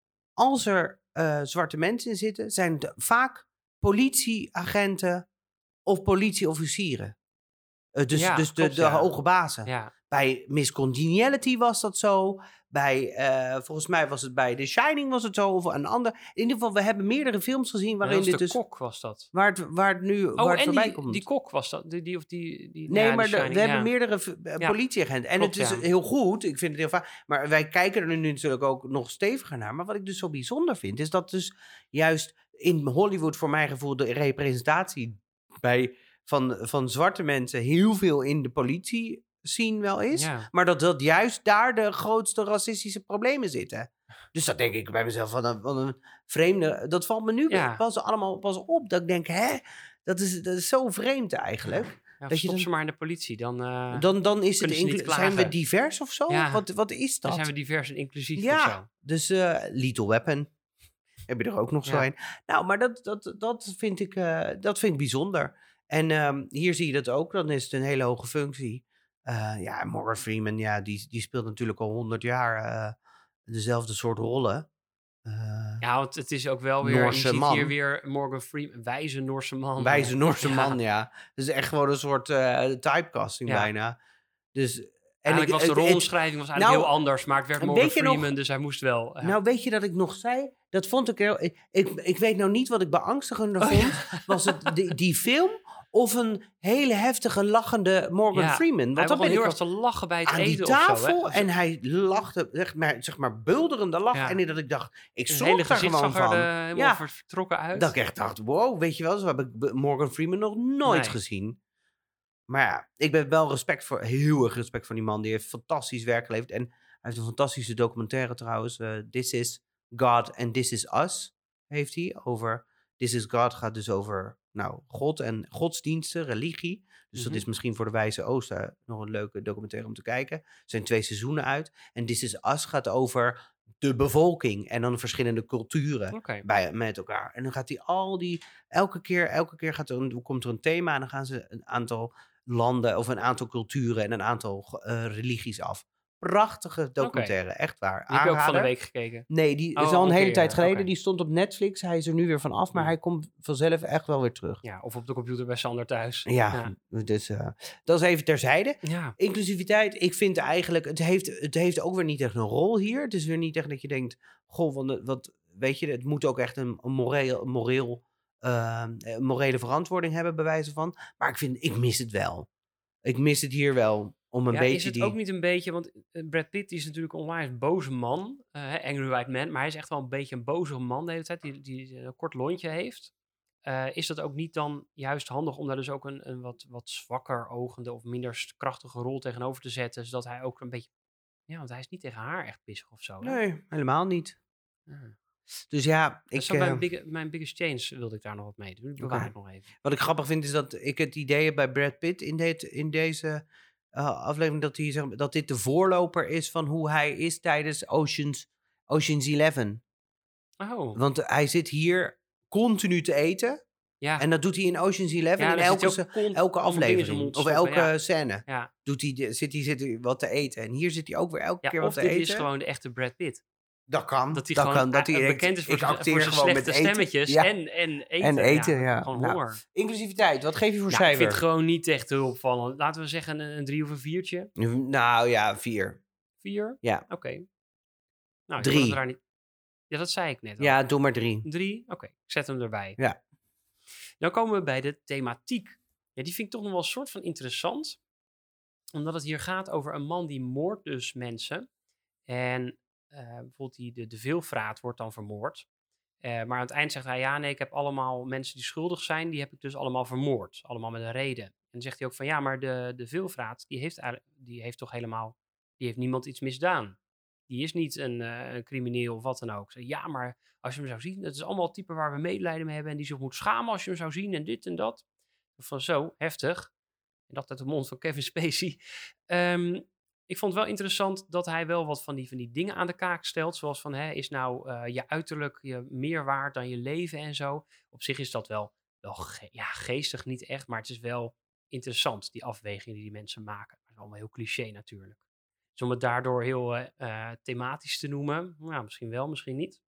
[SPEAKER 2] als er eh, zwarte mensen in zitten, zijn het vaak politieagenten of politieofficieren. Eh, dus
[SPEAKER 1] Ja,
[SPEAKER 2] dus de,
[SPEAKER 1] klopt,
[SPEAKER 2] de
[SPEAKER 1] ja.
[SPEAKER 2] hoge bazen.
[SPEAKER 1] Ja,
[SPEAKER 2] Bij Miss Congeniality was dat zo. Bij, eh, volgens mij was het bij The Shining was het zo. Of een ander. In ieder geval, we hebben meerdere films gezien
[SPEAKER 1] dat
[SPEAKER 2] waarin
[SPEAKER 1] was
[SPEAKER 2] dit
[SPEAKER 1] de
[SPEAKER 2] dus...
[SPEAKER 1] kok was dat.
[SPEAKER 2] Waar het, waar het nu
[SPEAKER 1] Oh,
[SPEAKER 2] waar het
[SPEAKER 1] en
[SPEAKER 2] voorbij
[SPEAKER 1] die,
[SPEAKER 2] komt.
[SPEAKER 1] die kok was dat. Die, die, of die, die,
[SPEAKER 2] Nee,
[SPEAKER 1] ja,
[SPEAKER 2] maar
[SPEAKER 1] die
[SPEAKER 2] de-
[SPEAKER 1] Shining,
[SPEAKER 2] we hebben
[SPEAKER 1] ja.
[SPEAKER 2] meerdere v- eh,
[SPEAKER 1] Ja.
[SPEAKER 2] politieagenten. En
[SPEAKER 1] Klopt,
[SPEAKER 2] het is
[SPEAKER 1] ja.
[SPEAKER 2] heel goed. Ik vind het heel vaak. Maar wij kijken er nu natuurlijk ook nog steviger naar. Maar wat ik dus zo bijzonder vind, is dat dus juist in Hollywood voor mijn gevoel de representatie bij, van, van zwarte mensen heel veel in de politie zien wel is.
[SPEAKER 1] Ja.
[SPEAKER 2] Maar dat, dat juist daar de grootste racistische problemen zitten. Dus dat denk ik bij mezelf van een, van een vreemde... Dat valt me nu
[SPEAKER 1] Ja.
[SPEAKER 2] pas allemaal pas op. Dat ik denk, hè? Dat is, dat is zo vreemd eigenlijk.
[SPEAKER 1] Ja,
[SPEAKER 2] dat je
[SPEAKER 1] stop
[SPEAKER 2] dan-
[SPEAKER 1] ze maar in de politie. Dan, eh,
[SPEAKER 2] Dan, dan is het
[SPEAKER 1] kunnen ze niet
[SPEAKER 2] inclu- zijn we
[SPEAKER 1] klagen.
[SPEAKER 2] divers of zo?
[SPEAKER 1] Ja.
[SPEAKER 2] Wat, wat is
[SPEAKER 1] dan
[SPEAKER 2] dat?
[SPEAKER 1] zijn we divers en inclusief of
[SPEAKER 2] ja,
[SPEAKER 1] zo.
[SPEAKER 2] dus eh Lethal Weapon. Heb je er ook nog zo
[SPEAKER 1] Ja.
[SPEAKER 2] een? Nou, maar dat, dat, dat, vind ik, eh, dat vind ik bijzonder. En ehm, hier zie je dat ook. Dan is het een hele hoge functie. Eh, ja, Morgan Freeman, ja, die, die speelt natuurlijk al honderd jaar eh, dezelfde soort rollen. Eh,
[SPEAKER 1] Ja, want het is ook wel weer...
[SPEAKER 2] Noorse
[SPEAKER 1] je ziet
[SPEAKER 2] man.
[SPEAKER 1] hier weer Morgan Freeman, wijze Noorse man.
[SPEAKER 2] Wijze Noorse
[SPEAKER 1] Ja.
[SPEAKER 2] man, ja. Het is echt gewoon een soort eh, typecasting
[SPEAKER 1] Ja.
[SPEAKER 2] bijna. Dus, en
[SPEAKER 1] Eigenlijk
[SPEAKER 2] ik-
[SPEAKER 1] was de
[SPEAKER 2] het- het-
[SPEAKER 1] rolomschrijving was eigenlijk
[SPEAKER 2] nou,
[SPEAKER 1] heel anders, maar het werd
[SPEAKER 2] weet
[SPEAKER 1] Morgan
[SPEAKER 2] je nog-
[SPEAKER 1] Freeman, dus hij moest wel... ja.
[SPEAKER 2] Nou, weet je dat ik nog zei? Dat vond ik heel... Ik, ik, ik weet nou niet wat ik beangstigender
[SPEAKER 1] Oh,
[SPEAKER 2] vond. Was het die, die film of een hele heftige lachende Morgan
[SPEAKER 1] Ja,
[SPEAKER 2] Freeman?
[SPEAKER 1] hij
[SPEAKER 2] Want dan
[SPEAKER 1] begon
[SPEAKER 2] ben
[SPEAKER 1] heel
[SPEAKER 2] ik
[SPEAKER 1] erg te lachen bij het
[SPEAKER 2] aan die
[SPEAKER 1] eten
[SPEAKER 2] tafel
[SPEAKER 1] of zo. Hè?
[SPEAKER 2] en hij lachte, zeg maar, zeg maar bulderende lach.
[SPEAKER 1] Ja.
[SPEAKER 2] En dat ik dacht, ik
[SPEAKER 1] Zijn
[SPEAKER 2] schrok
[SPEAKER 1] hele
[SPEAKER 2] daar
[SPEAKER 1] gezicht
[SPEAKER 2] gewoon
[SPEAKER 1] zag er
[SPEAKER 2] van.
[SPEAKER 1] eh, helemaal
[SPEAKER 2] Ja.
[SPEAKER 1] ver- vertrokken uit.
[SPEAKER 2] Dat ik echt dacht, wow, weet je wel, zo heb ik B- Morgan Freeman nog nooit
[SPEAKER 1] Nee.
[SPEAKER 2] gezien. Maar ja, ik ben wel respect voor, heel erg respect voor die man. Die heeft fantastisch werk geleverd. En hij heeft een fantastische documentaire trouwens. eh, This is God and This is Us heeft hij. Over, This is God gaat dus over nou, God en godsdiensten, religie. Dus
[SPEAKER 1] Mhm.
[SPEAKER 2] dat is misschien voor de Wijze Oosten nog een leuke documentaire om te kijken. Er zijn twee seizoenen uit. En This is Us gaat over de bevolking en dan verschillende culturen
[SPEAKER 1] Oké.
[SPEAKER 2] bij, met elkaar. En dan gaat hij al die, elke keer, elke keer gaat er een, komt er een thema en dan gaan ze een aantal landen of een aantal culturen en een aantal eh, religies af. Prachtige documentaire, echt waar.
[SPEAKER 1] Die heb je ook van de
[SPEAKER 2] Aanrader.
[SPEAKER 1] week gekeken.
[SPEAKER 2] Nee, die
[SPEAKER 1] Oh,
[SPEAKER 2] is al een
[SPEAKER 1] oké,
[SPEAKER 2] hele
[SPEAKER 1] ja,
[SPEAKER 2] tijd geleden.
[SPEAKER 1] oké.
[SPEAKER 2] Die stond op Netflix. Hij is er nu weer van af, maar
[SPEAKER 1] Ja.
[SPEAKER 2] hij komt vanzelf echt wel weer terug.
[SPEAKER 1] Ja, of op de computer bij Sander thuis.
[SPEAKER 2] Ja, dus eh, dat is even terzijde.
[SPEAKER 1] Ja.
[SPEAKER 2] Inclusiviteit, ik vind eigenlijk, het heeft, het heeft ook weer niet echt een rol hier. Het is weer niet echt dat je denkt, goh, wat, wat weet je, het moet ook echt een, een moreel, moreel, uh, een morele verantwoording hebben, bij wijze van. Maar ik vind, ik mis het wel. Ik mis het hier wel, om een
[SPEAKER 1] Ja,
[SPEAKER 2] beetje
[SPEAKER 1] is het
[SPEAKER 2] die...
[SPEAKER 1] ook niet een beetje, want eh, Brad Pitt die is natuurlijk een onwijs boze man, eh, hè, Angry White Man, maar hij is echt wel een beetje een boze man de hele tijd, die, die een kort lontje heeft. Eh, is dat ook niet dan juist handig om daar dus ook een, een wat, wat zwakker ogende of minder st- krachtige rol tegenover te zetten, zodat hij ook een beetje, ja, want hij is niet tegen haar echt pissig of zo. Hè?
[SPEAKER 2] Nee, helemaal niet.
[SPEAKER 1] Ah.
[SPEAKER 2] Dus ja,
[SPEAKER 1] Dat
[SPEAKER 2] ik,
[SPEAKER 1] is zo mijn,
[SPEAKER 2] eh,
[SPEAKER 1] big, mijn biggest change wilde ik daar nog wat mee doen. Die bewaar
[SPEAKER 2] Oké.
[SPEAKER 1] ik nog even.
[SPEAKER 2] wat ik grappig vind is dat ik het idee heb bij Brad Pitt in, dit, in deze eh, aflevering dat, hij, zeg maar, dat dit de voorloper is van hoe hij is tijdens Oceans, Oceans elf.
[SPEAKER 1] Oh,
[SPEAKER 2] Want hij zit hier continu te eten.
[SPEAKER 1] ja.
[SPEAKER 2] En dat doet hij in Oceans elf
[SPEAKER 1] Ja,
[SPEAKER 2] in
[SPEAKER 1] dan zit
[SPEAKER 2] elke,
[SPEAKER 1] hij
[SPEAKER 2] se-
[SPEAKER 1] ook cont-
[SPEAKER 2] elke
[SPEAKER 1] allemaal dingen in zijn
[SPEAKER 2] aflevering.
[SPEAKER 1] mond
[SPEAKER 2] Of
[SPEAKER 1] stoppen,
[SPEAKER 2] elke
[SPEAKER 1] ja.
[SPEAKER 2] scène.
[SPEAKER 1] Ja.
[SPEAKER 2] Doet hij, de- zit, hij, zit hij wat te eten. En hier zit hij ook weer elke
[SPEAKER 1] Ja,
[SPEAKER 2] keer wat
[SPEAKER 1] of
[SPEAKER 2] te
[SPEAKER 1] dit
[SPEAKER 2] eten.
[SPEAKER 1] is gewoon de echte Brad Pitt.
[SPEAKER 2] Dat kan.
[SPEAKER 1] Dat hij
[SPEAKER 2] dat
[SPEAKER 1] gewoon
[SPEAKER 2] kan. Dat
[SPEAKER 1] eh,
[SPEAKER 2] hij denkt,
[SPEAKER 1] bekend is voor
[SPEAKER 2] ik
[SPEAKER 1] zijn,
[SPEAKER 2] acteer
[SPEAKER 1] voor zijn
[SPEAKER 2] gewoon
[SPEAKER 1] slechte
[SPEAKER 2] met eten.
[SPEAKER 1] stemmetjes
[SPEAKER 2] Ja.
[SPEAKER 1] en, en eten.
[SPEAKER 2] En eten, ja.
[SPEAKER 1] Gewoon
[SPEAKER 2] Nou,
[SPEAKER 1] honger.
[SPEAKER 2] Inclusiviteit, wat geef je voor
[SPEAKER 1] Nou, ik
[SPEAKER 2] cijfer?
[SPEAKER 1] vind het gewoon niet echt heel opvallend. Laten we zeggen een, een drie of een viertje.
[SPEAKER 2] Nou ja, vier.
[SPEAKER 1] Vier?
[SPEAKER 2] Ja.
[SPEAKER 1] Oké. Okay. Nou,
[SPEAKER 2] Drie.
[SPEAKER 1] ik wil het daar niet... Ja, dat zei ik net al.
[SPEAKER 2] Ja, doe maar drie.
[SPEAKER 1] Drie? Oké, okay. Ik zet hem erbij.
[SPEAKER 2] Ja.
[SPEAKER 1] Dan komen we bij de thematiek. Ja, die vind ik toch nog wel een soort van interessant. Omdat het hier gaat over een man die moordt dus mensen. En uh, bijvoorbeeld die, de, de veelvraat wordt dan vermoord. Uh, maar aan het eind zegt hij, ja nee, ik heb allemaal mensen die schuldig zijn, die heb ik dus allemaal vermoord. Allemaal met een reden. En dan zegt hij ook van, ja, maar de, de veelvraat, die heeft, die heeft toch helemaal, die heeft niemand iets misdaan. Die is niet een, uh, een crimineel of wat dan ook. Zeg, ja, maar als je hem zou zien, dat is allemaal typen waar we medelijden mee hebben en die zich moet schamen als je hem zou zien en dit en dat. Van zo, heftig. En dat uit de mond van Kevin Spacey. Um, ik vond het wel interessant dat hij wel wat van die, van die dingen aan de kaak stelt. Zoals van, hè, is nou uh, je uiterlijk je meer waard dan je leven en zo. Op zich is dat wel, wel ge- ja, geestig niet echt, maar het is wel interessant, die afwegingen die die mensen maken. Dat is allemaal heel cliché natuurlijk. Dus om het daardoor heel uh, uh, thematisch te noemen, nou, misschien wel, misschien niet.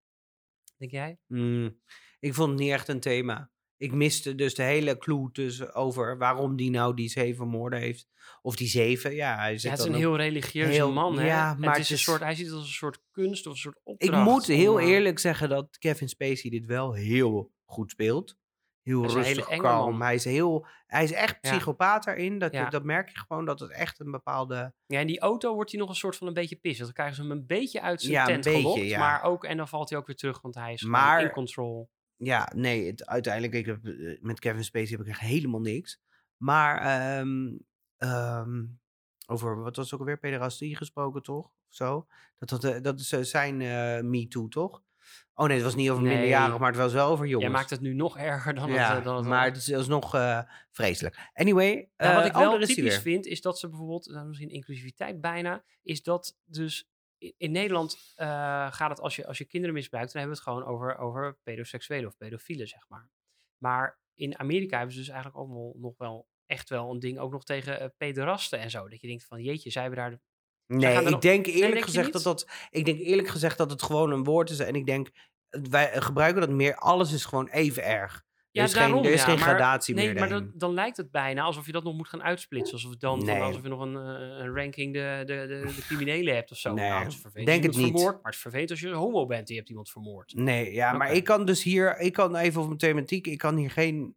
[SPEAKER 1] Denk jij?
[SPEAKER 2] Mm, ik vond het niet echt een thema. Ik miste dus de hele clue tussen over waarom die nou die zeven moorden heeft. Of die zeven, ja. Hij zit
[SPEAKER 1] ja, het is
[SPEAKER 2] dan
[SPEAKER 1] een
[SPEAKER 2] ook
[SPEAKER 1] heel religieuze
[SPEAKER 2] heel,
[SPEAKER 1] man, hè?
[SPEAKER 2] Ja, maar
[SPEAKER 1] het
[SPEAKER 2] het
[SPEAKER 1] is een
[SPEAKER 2] is,
[SPEAKER 1] soort, hij ziet het als een soort kunst of een soort
[SPEAKER 2] ik
[SPEAKER 1] opdracht.
[SPEAKER 2] moet heel
[SPEAKER 1] om, uh,
[SPEAKER 2] eerlijk zeggen dat Kevin Spacey dit wel heel goed speelt. Heel
[SPEAKER 1] Hij is een hele
[SPEAKER 2] rustig,
[SPEAKER 1] enge
[SPEAKER 2] kalm.
[SPEAKER 1] man.
[SPEAKER 2] Hij is, heel, hij is echt
[SPEAKER 1] Ja.
[SPEAKER 2] psychopaat daarin. Dat,
[SPEAKER 1] Ja.
[SPEAKER 2] dat merk je gewoon dat het echt een bepaalde...
[SPEAKER 1] Ja, in die auto wordt hij nog een soort van een beetje pissig. Dan krijgen ze hem een beetje uit zijn
[SPEAKER 2] Ja, een
[SPEAKER 1] tent
[SPEAKER 2] beetje,
[SPEAKER 1] gelokt.
[SPEAKER 2] ja.
[SPEAKER 1] Maar ook, en dan valt hij ook weer terug, want hij is gewoon
[SPEAKER 2] Maar-
[SPEAKER 1] in control.
[SPEAKER 2] Ja, nee, het, uiteindelijk, ik heb, eh, met Kevin Spacey heb ik echt helemaal niks. Maar ehm, ehm, over, wat was ook alweer, pederastie gesproken, toch? Of zo? Dat, dat, eh, dat is eh, zijn eh Me Too, toch? Oh nee, het was niet over
[SPEAKER 1] Nee.
[SPEAKER 2] minderjarigen, maar het was wel over jongens.
[SPEAKER 1] Jij maakt het nu nog erger dan
[SPEAKER 2] ja,
[SPEAKER 1] het, uh, dan het
[SPEAKER 2] maar
[SPEAKER 1] al.
[SPEAKER 2] het is alsnog uh, vreselijk. Anyway,
[SPEAKER 1] Nou, wat
[SPEAKER 2] uh,
[SPEAKER 1] ik wel
[SPEAKER 2] oh, daar is hij
[SPEAKER 1] typisch
[SPEAKER 2] weer.
[SPEAKER 1] vind, is dat ze bijvoorbeeld, nou, misschien inclusiviteit bijna, is dat dus in, in Nederland uh, gaat het, als je, als je kinderen misbruikt, dan hebben we het gewoon over, over pedoseksuelen of pedofielen, zeg maar. Maar in Amerika hebben ze dus eigenlijk allemaal nog wel echt wel een ding ook nog tegen uh, pederasten en zo. Dat je denkt van, jeetje, zij hebben daar... De...
[SPEAKER 2] Nee, ik
[SPEAKER 1] nog...
[SPEAKER 2] denk eerlijk
[SPEAKER 1] nee, denk
[SPEAKER 2] gezegd dat dat... Ik denk eerlijk gezegd dat het gewoon een woord is. En ik denk, wij gebruiken dat meer. Alles is gewoon even erg.
[SPEAKER 1] Ja,
[SPEAKER 2] er is
[SPEAKER 1] daarom,
[SPEAKER 2] geen, er is
[SPEAKER 1] ja,
[SPEAKER 2] geen
[SPEAKER 1] maar,
[SPEAKER 2] gradatie
[SPEAKER 1] nee,
[SPEAKER 2] meer
[SPEAKER 1] maar
[SPEAKER 2] daarin.
[SPEAKER 1] dan, dan lijkt het bijna alsof je dat nog moet gaan uitsplitsen. Alsof, het dan,
[SPEAKER 2] Nee.
[SPEAKER 1] van, alsof je nog een, uh, een ranking de, de, de, de criminelen hebt of zo.
[SPEAKER 2] Nee,
[SPEAKER 1] nou, het is vervelend
[SPEAKER 2] denk
[SPEAKER 1] als je
[SPEAKER 2] het
[SPEAKER 1] iemand
[SPEAKER 2] niet.
[SPEAKER 1] vermoordt, maar het is vervelend als je een homo bent en je hebt iemand vermoord.
[SPEAKER 2] Nee, ja, maar
[SPEAKER 1] Oké.
[SPEAKER 2] ik kan dus hier... Ik kan even op mijn thematiek... Ik kan hier geen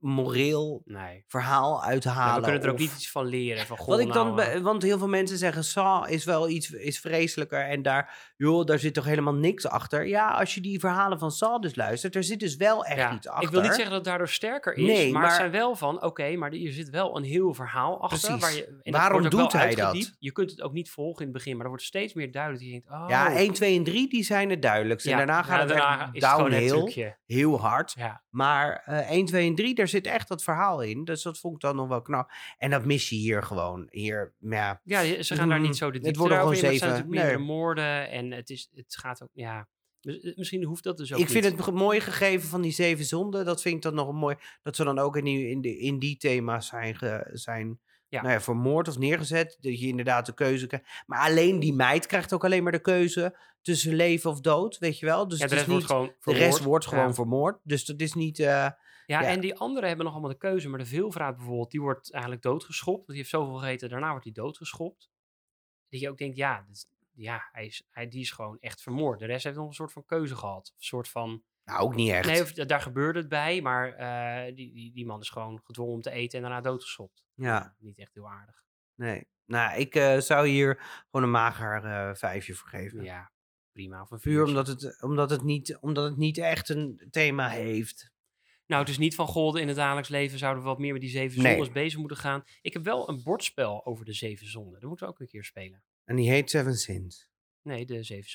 [SPEAKER 2] moreel
[SPEAKER 1] Nee.
[SPEAKER 2] verhaal uithalen.
[SPEAKER 1] Ja, we kunnen er ook
[SPEAKER 2] of-
[SPEAKER 1] niet iets van leren. Van, goh,
[SPEAKER 2] Wat ik dan,
[SPEAKER 1] nou,
[SPEAKER 2] be- want heel veel mensen zeggen, Saw is wel iets is vreselijker en daar, joh, daar zit toch helemaal niks achter. Ja, als je die verhalen van Saw dus luistert, er zit dus wel echt
[SPEAKER 1] ja,
[SPEAKER 2] iets achter.
[SPEAKER 1] ik wil niet zeggen dat het daardoor sterker is,
[SPEAKER 2] Nee,
[SPEAKER 1] maar,
[SPEAKER 2] maar-
[SPEAKER 1] het zijn wel van, oké, okay, maar hier zit wel een heel verhaal achter.
[SPEAKER 2] Precies.
[SPEAKER 1] Waar je, en dat
[SPEAKER 2] Waarom
[SPEAKER 1] wordt ook
[SPEAKER 2] doet
[SPEAKER 1] wel
[SPEAKER 2] hij dat?
[SPEAKER 1] uitgediept. Je kunt het ook niet volgen in het begin, maar er wordt steeds meer duidelijk. Je denkt, oh,
[SPEAKER 2] Ja, één, twee en drie, die zijn het duidelijkst. En
[SPEAKER 1] ja,
[SPEAKER 2] daarna gaat
[SPEAKER 1] ja,
[SPEAKER 2] het
[SPEAKER 1] daarna
[SPEAKER 2] echt
[SPEAKER 1] is het gewoon het
[SPEAKER 2] downhill,
[SPEAKER 1] trucje.
[SPEAKER 2] heel hard.
[SPEAKER 1] Ja.
[SPEAKER 2] Maar uh, één, twee en drie, daar zit echt dat verhaal in. Dus dat vond ik dan nog wel knap. En dat mis je hier gewoon. Hier, ja.
[SPEAKER 1] Ja, ze gaan daar
[SPEAKER 2] Mm,
[SPEAKER 1] niet zo de
[SPEAKER 2] het
[SPEAKER 1] diepte
[SPEAKER 2] worden
[SPEAKER 1] over
[SPEAKER 2] gewoon
[SPEAKER 1] in, maar het zijn
[SPEAKER 2] zeven.
[SPEAKER 1] natuurlijk meerdere
[SPEAKER 2] Nee.
[SPEAKER 1] moorden en het, is, het gaat ook, ja... Misschien hoeft dat dus ook
[SPEAKER 2] Ik
[SPEAKER 1] niet.
[SPEAKER 2] vind het een mooi gegeven van die zeven zonden. Dat vind ik dan nog een mooi. Dat ze dan ook in die, in de, in die thema's zijn, ge, zijn
[SPEAKER 1] Ja.
[SPEAKER 2] nou ja, vermoord of neergezet. Dat je inderdaad de keuze krijgt. Maar alleen die meid krijgt ook alleen maar de keuze tussen leven of dood. Weet je wel? Dus
[SPEAKER 1] Ja,
[SPEAKER 2] het
[SPEAKER 1] de
[SPEAKER 2] is
[SPEAKER 1] rest
[SPEAKER 2] niet,
[SPEAKER 1] wordt gewoon
[SPEAKER 2] de
[SPEAKER 1] vermoord.
[SPEAKER 2] rest wordt gewoon
[SPEAKER 1] Ja.
[SPEAKER 2] vermoord. Dus dat is niet. Uh,
[SPEAKER 1] Ja,
[SPEAKER 2] ja.
[SPEAKER 1] en die anderen hebben nog allemaal de keuze. Maar de veelvraat bijvoorbeeld, die wordt eigenlijk doodgeschopt. Want die heeft zoveel gegeten, daarna wordt hij doodgeschopt. Dat je ook denkt, ja, dat is, ja hij is, hij, die is gewoon echt vermoord. De rest heeft nog een soort van keuze gehad. Een soort van...
[SPEAKER 2] Nou, ook niet echt.
[SPEAKER 1] Nee, of, daar gebeurde het bij, maar uh, die, die, die man is gewoon gedwongen om te eten en daarna doodgeschopt.
[SPEAKER 2] Ja.
[SPEAKER 1] Niet echt heel aardig.
[SPEAKER 2] Nee. Nou, ik uh, zou hier gewoon een mager uh, vijfje voor geven.
[SPEAKER 1] Ja, prima. Of een
[SPEAKER 2] Puur
[SPEAKER 1] viertje.
[SPEAKER 2] omdat het, omdat, het niet, omdat het niet echt een thema heeft.
[SPEAKER 1] Nou, het is niet van, goh, in het dagelijks leven zouden we wat meer met die zeven
[SPEAKER 2] Nee.
[SPEAKER 1] zondes bezig moeten gaan. Ik heb wel een bordspel over de zeven zonden. Dat moeten we ook een keer spelen.
[SPEAKER 2] En die heet Seven Sins.
[SPEAKER 1] Nee, de zeven zonden.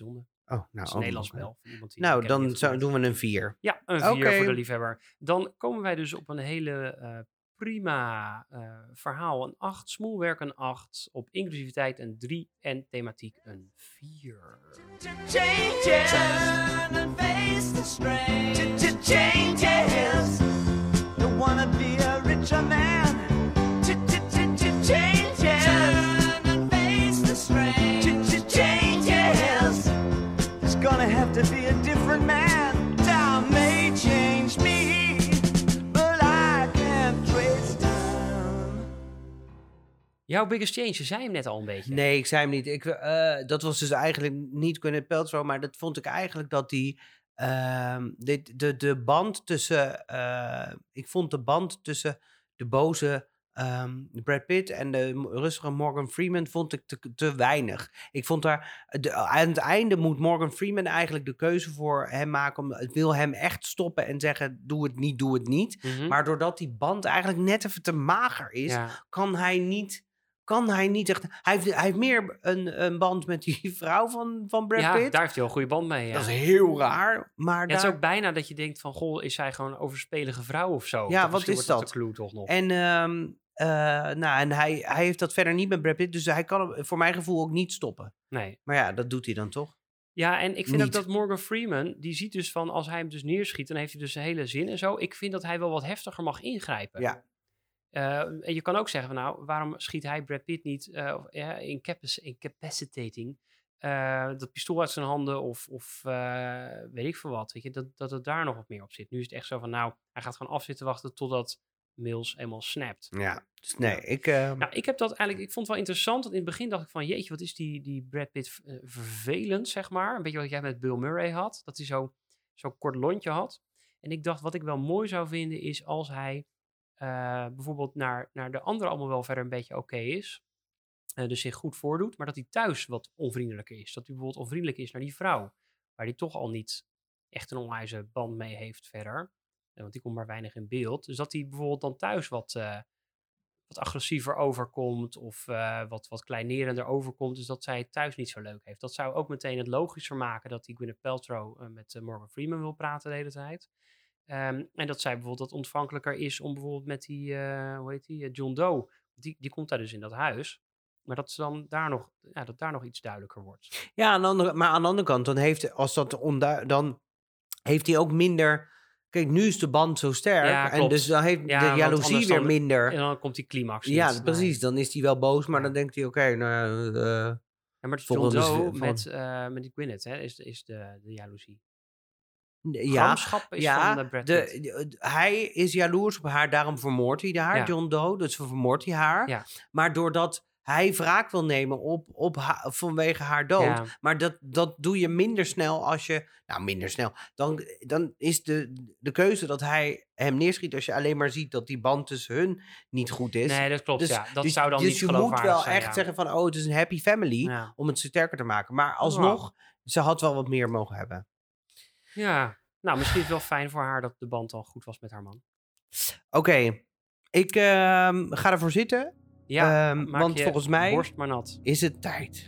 [SPEAKER 2] Oh, nou,
[SPEAKER 1] Dat is
[SPEAKER 2] ook
[SPEAKER 1] een Nederlands
[SPEAKER 2] nog, hè.
[SPEAKER 1] spel. Voor iemand die
[SPEAKER 2] Nou,
[SPEAKER 1] de Academy
[SPEAKER 2] dan
[SPEAKER 1] heeft
[SPEAKER 2] zou,
[SPEAKER 1] gemaakt.
[SPEAKER 2] doen we een vier.
[SPEAKER 1] Ja, een vier
[SPEAKER 2] Oké.
[SPEAKER 1] voor de liefhebber. Dan komen wij dus op een hele eh, prima eh, verhaal. Een acht, smoelwerk een acht, op inclusiviteit een drie en thematiek een vier.
[SPEAKER 4] Changes. Turn and face the strain. Changes. Don't wanna be a richer man. Changes. Turn and face the strain. Changes. There's gonna have to be a different man. Time may change me, but I can't trace time.
[SPEAKER 1] Jouw biggest change, je zei hem net al een beetje.
[SPEAKER 2] Nee, ik zei hem niet. Ik, eh, dat was dus eigenlijk niet Gwyneth Paltrow, maar dat vond ik eigenlijk dat die... ehm, dit, de, de band tussen... eh, ik vond de band tussen de boze ehm, Brad Pitt en de m- rustige Morgan Freeman vond ik te, te weinig. Ik vond daar... De, aan het einde moet Morgan Freeman eigenlijk de keuze voor hem maken. Om, het wil hem echt stoppen en zeggen, doe het niet, doe het niet.
[SPEAKER 1] Mhm.
[SPEAKER 2] Maar doordat die band eigenlijk net even te mager is,
[SPEAKER 1] Ja.
[SPEAKER 2] kan hij niet... Kan hij niet echt... Hij heeft, hij heeft meer een, een band met die vrouw van, van Brad
[SPEAKER 1] Ja,
[SPEAKER 2] Pitt.
[SPEAKER 1] daar heeft hij wel een goede band mee. Ja.
[SPEAKER 2] Dat is heel raar. Maar
[SPEAKER 1] Ja, het
[SPEAKER 2] daar...
[SPEAKER 1] is ook bijna dat je denkt van, goh, is zij gewoon een overspelige vrouw of zo?
[SPEAKER 2] Ja,
[SPEAKER 1] Toch,
[SPEAKER 2] wat
[SPEAKER 1] misschien
[SPEAKER 2] is
[SPEAKER 1] wordt
[SPEAKER 2] dat?
[SPEAKER 1] de clue toch nog.
[SPEAKER 2] En, ehm, eh, nou, en hij, hij heeft dat verder niet met Brad Pitt. Dus hij kan hem voor mijn gevoel ook niet stoppen.
[SPEAKER 1] Nee.
[SPEAKER 2] Maar ja, dat doet hij dan toch?
[SPEAKER 1] Ja, en ik vind ook
[SPEAKER 2] Niet.
[SPEAKER 1] dat Morgan Freeman, die ziet dus van, als hij hem dus neerschiet, dan heeft hij dus een hele zin en zo. Ik vind dat hij wel wat heftiger mag ingrijpen.
[SPEAKER 2] Ja.
[SPEAKER 1] Eh, en je kan ook zeggen van, nou, waarom schiet hij Brad Pitt niet uh, ja, incapac- incapacitating uh, dat pistool uit zijn handen of, of uh, weet ik veel wat, weet je, dat, dat het daar nog wat meer op zit. Nu is het echt zo van, nou, hij gaat gewoon afzitten wachten totdat Mills eenmaal snapt.
[SPEAKER 2] Ja, dus nee,
[SPEAKER 1] Ja.
[SPEAKER 2] ik... eh,
[SPEAKER 1] Nou, ik heb dat eigenlijk, ik vond het wel interessant, want in het begin dacht ik van, jeetje, wat is die, die Brad Pitt uh, vervelend, zeg maar. Een beetje wat jij met Bill Murray had, dat hij zo, zo kort lontje had. En ik dacht, wat ik wel mooi zou vinden, is als hij uh, bijvoorbeeld naar, naar de anderen allemaal wel verder een beetje oké okay is. Uh, dus zich goed voordoet, maar dat hij thuis wat onvriendelijker is. Dat hij bijvoorbeeld onvriendelijk is naar die vrouw, waar hij toch al niet echt een onwijze band mee heeft verder. Uh, want die komt maar weinig in beeld. Dus dat hij bijvoorbeeld dan thuis wat... Uh, wat agressiever overkomt of uh, wat, wat kleinerender overkomt, dus dat zij het thuis niet zo leuk heeft. Dat zou ook meteen het logischer maken dat die Gwyneth Paltrow uh, met uh, Morgan Freeman wil praten de hele tijd. Um, en dat zij bijvoorbeeld wat ontvankelijker is om bijvoorbeeld met die, uh, hoe heet die, uh, John Doe, die, die komt daar dus in dat huis. Maar dat, ze dan daar, nog, ja, dat daar nog iets duidelijker wordt.
[SPEAKER 2] Ja, aan de andere, maar aan de andere kant, dan heeft, als dat ondu- dan heeft hij ook minder... Kijk, nu is de band zo sterk.
[SPEAKER 1] Ja,
[SPEAKER 2] en
[SPEAKER 1] klopt.
[SPEAKER 2] dus dan heeft
[SPEAKER 1] Ja,
[SPEAKER 2] de
[SPEAKER 1] want
[SPEAKER 2] jaloezie
[SPEAKER 1] anders
[SPEAKER 2] weer
[SPEAKER 1] dan-
[SPEAKER 2] minder.
[SPEAKER 1] En dan komt die climax
[SPEAKER 2] Ja,
[SPEAKER 1] niet.
[SPEAKER 2] precies. Dan is hij wel boos, maar
[SPEAKER 1] Ja.
[SPEAKER 2] dan denkt hij, oké, okay, nou... Uh,
[SPEAKER 1] Ja, maar John
[SPEAKER 2] volgende
[SPEAKER 1] Doe
[SPEAKER 2] sfeer van-
[SPEAKER 1] met, uh, met die Gwyneth hè, is, is de, de jaloezie.
[SPEAKER 2] ja,
[SPEAKER 1] Gramschap is
[SPEAKER 2] ja
[SPEAKER 1] van uh, Brad
[SPEAKER 2] de,
[SPEAKER 1] Pitt.
[SPEAKER 2] de- hij is jaloers op haar, daarom vermoordt hij haar,
[SPEAKER 1] Ja.
[SPEAKER 2] John Doe. Dus vermoordt hij haar.
[SPEAKER 1] Ja.
[SPEAKER 2] Maar doordat hij wraak wil nemen op, op ha- vanwege haar dood.
[SPEAKER 1] Ja.
[SPEAKER 2] Maar dat, dat doe je minder snel als je... Nou, minder snel. Dan, dan is de, de keuze dat hij hem neerschiet... als je alleen maar ziet dat die band tussen hun niet goed is.
[SPEAKER 1] Nee, dat klopt.
[SPEAKER 2] Dus,
[SPEAKER 1] ja, dat
[SPEAKER 2] dus,
[SPEAKER 1] zou dan
[SPEAKER 2] dus
[SPEAKER 1] niet
[SPEAKER 2] je moet
[SPEAKER 1] geloofwaardig
[SPEAKER 2] wel
[SPEAKER 1] zijn,
[SPEAKER 2] echt
[SPEAKER 1] ja.
[SPEAKER 2] zeggen van... oh, het is een happy family
[SPEAKER 1] Ja.
[SPEAKER 2] om het sterker te maken. Maar alsnog, ze had wel wat meer mogen hebben.
[SPEAKER 1] Ja, nou, misschien is het wel fijn voor haar dat de band al goed was met haar man.
[SPEAKER 2] Oké, ik ehm, ga ervoor zitten.
[SPEAKER 1] Ja,
[SPEAKER 2] Ehm,
[SPEAKER 1] maak
[SPEAKER 2] want
[SPEAKER 1] je
[SPEAKER 2] volgens mij-
[SPEAKER 1] borst maar nat.
[SPEAKER 2] Is het tijd.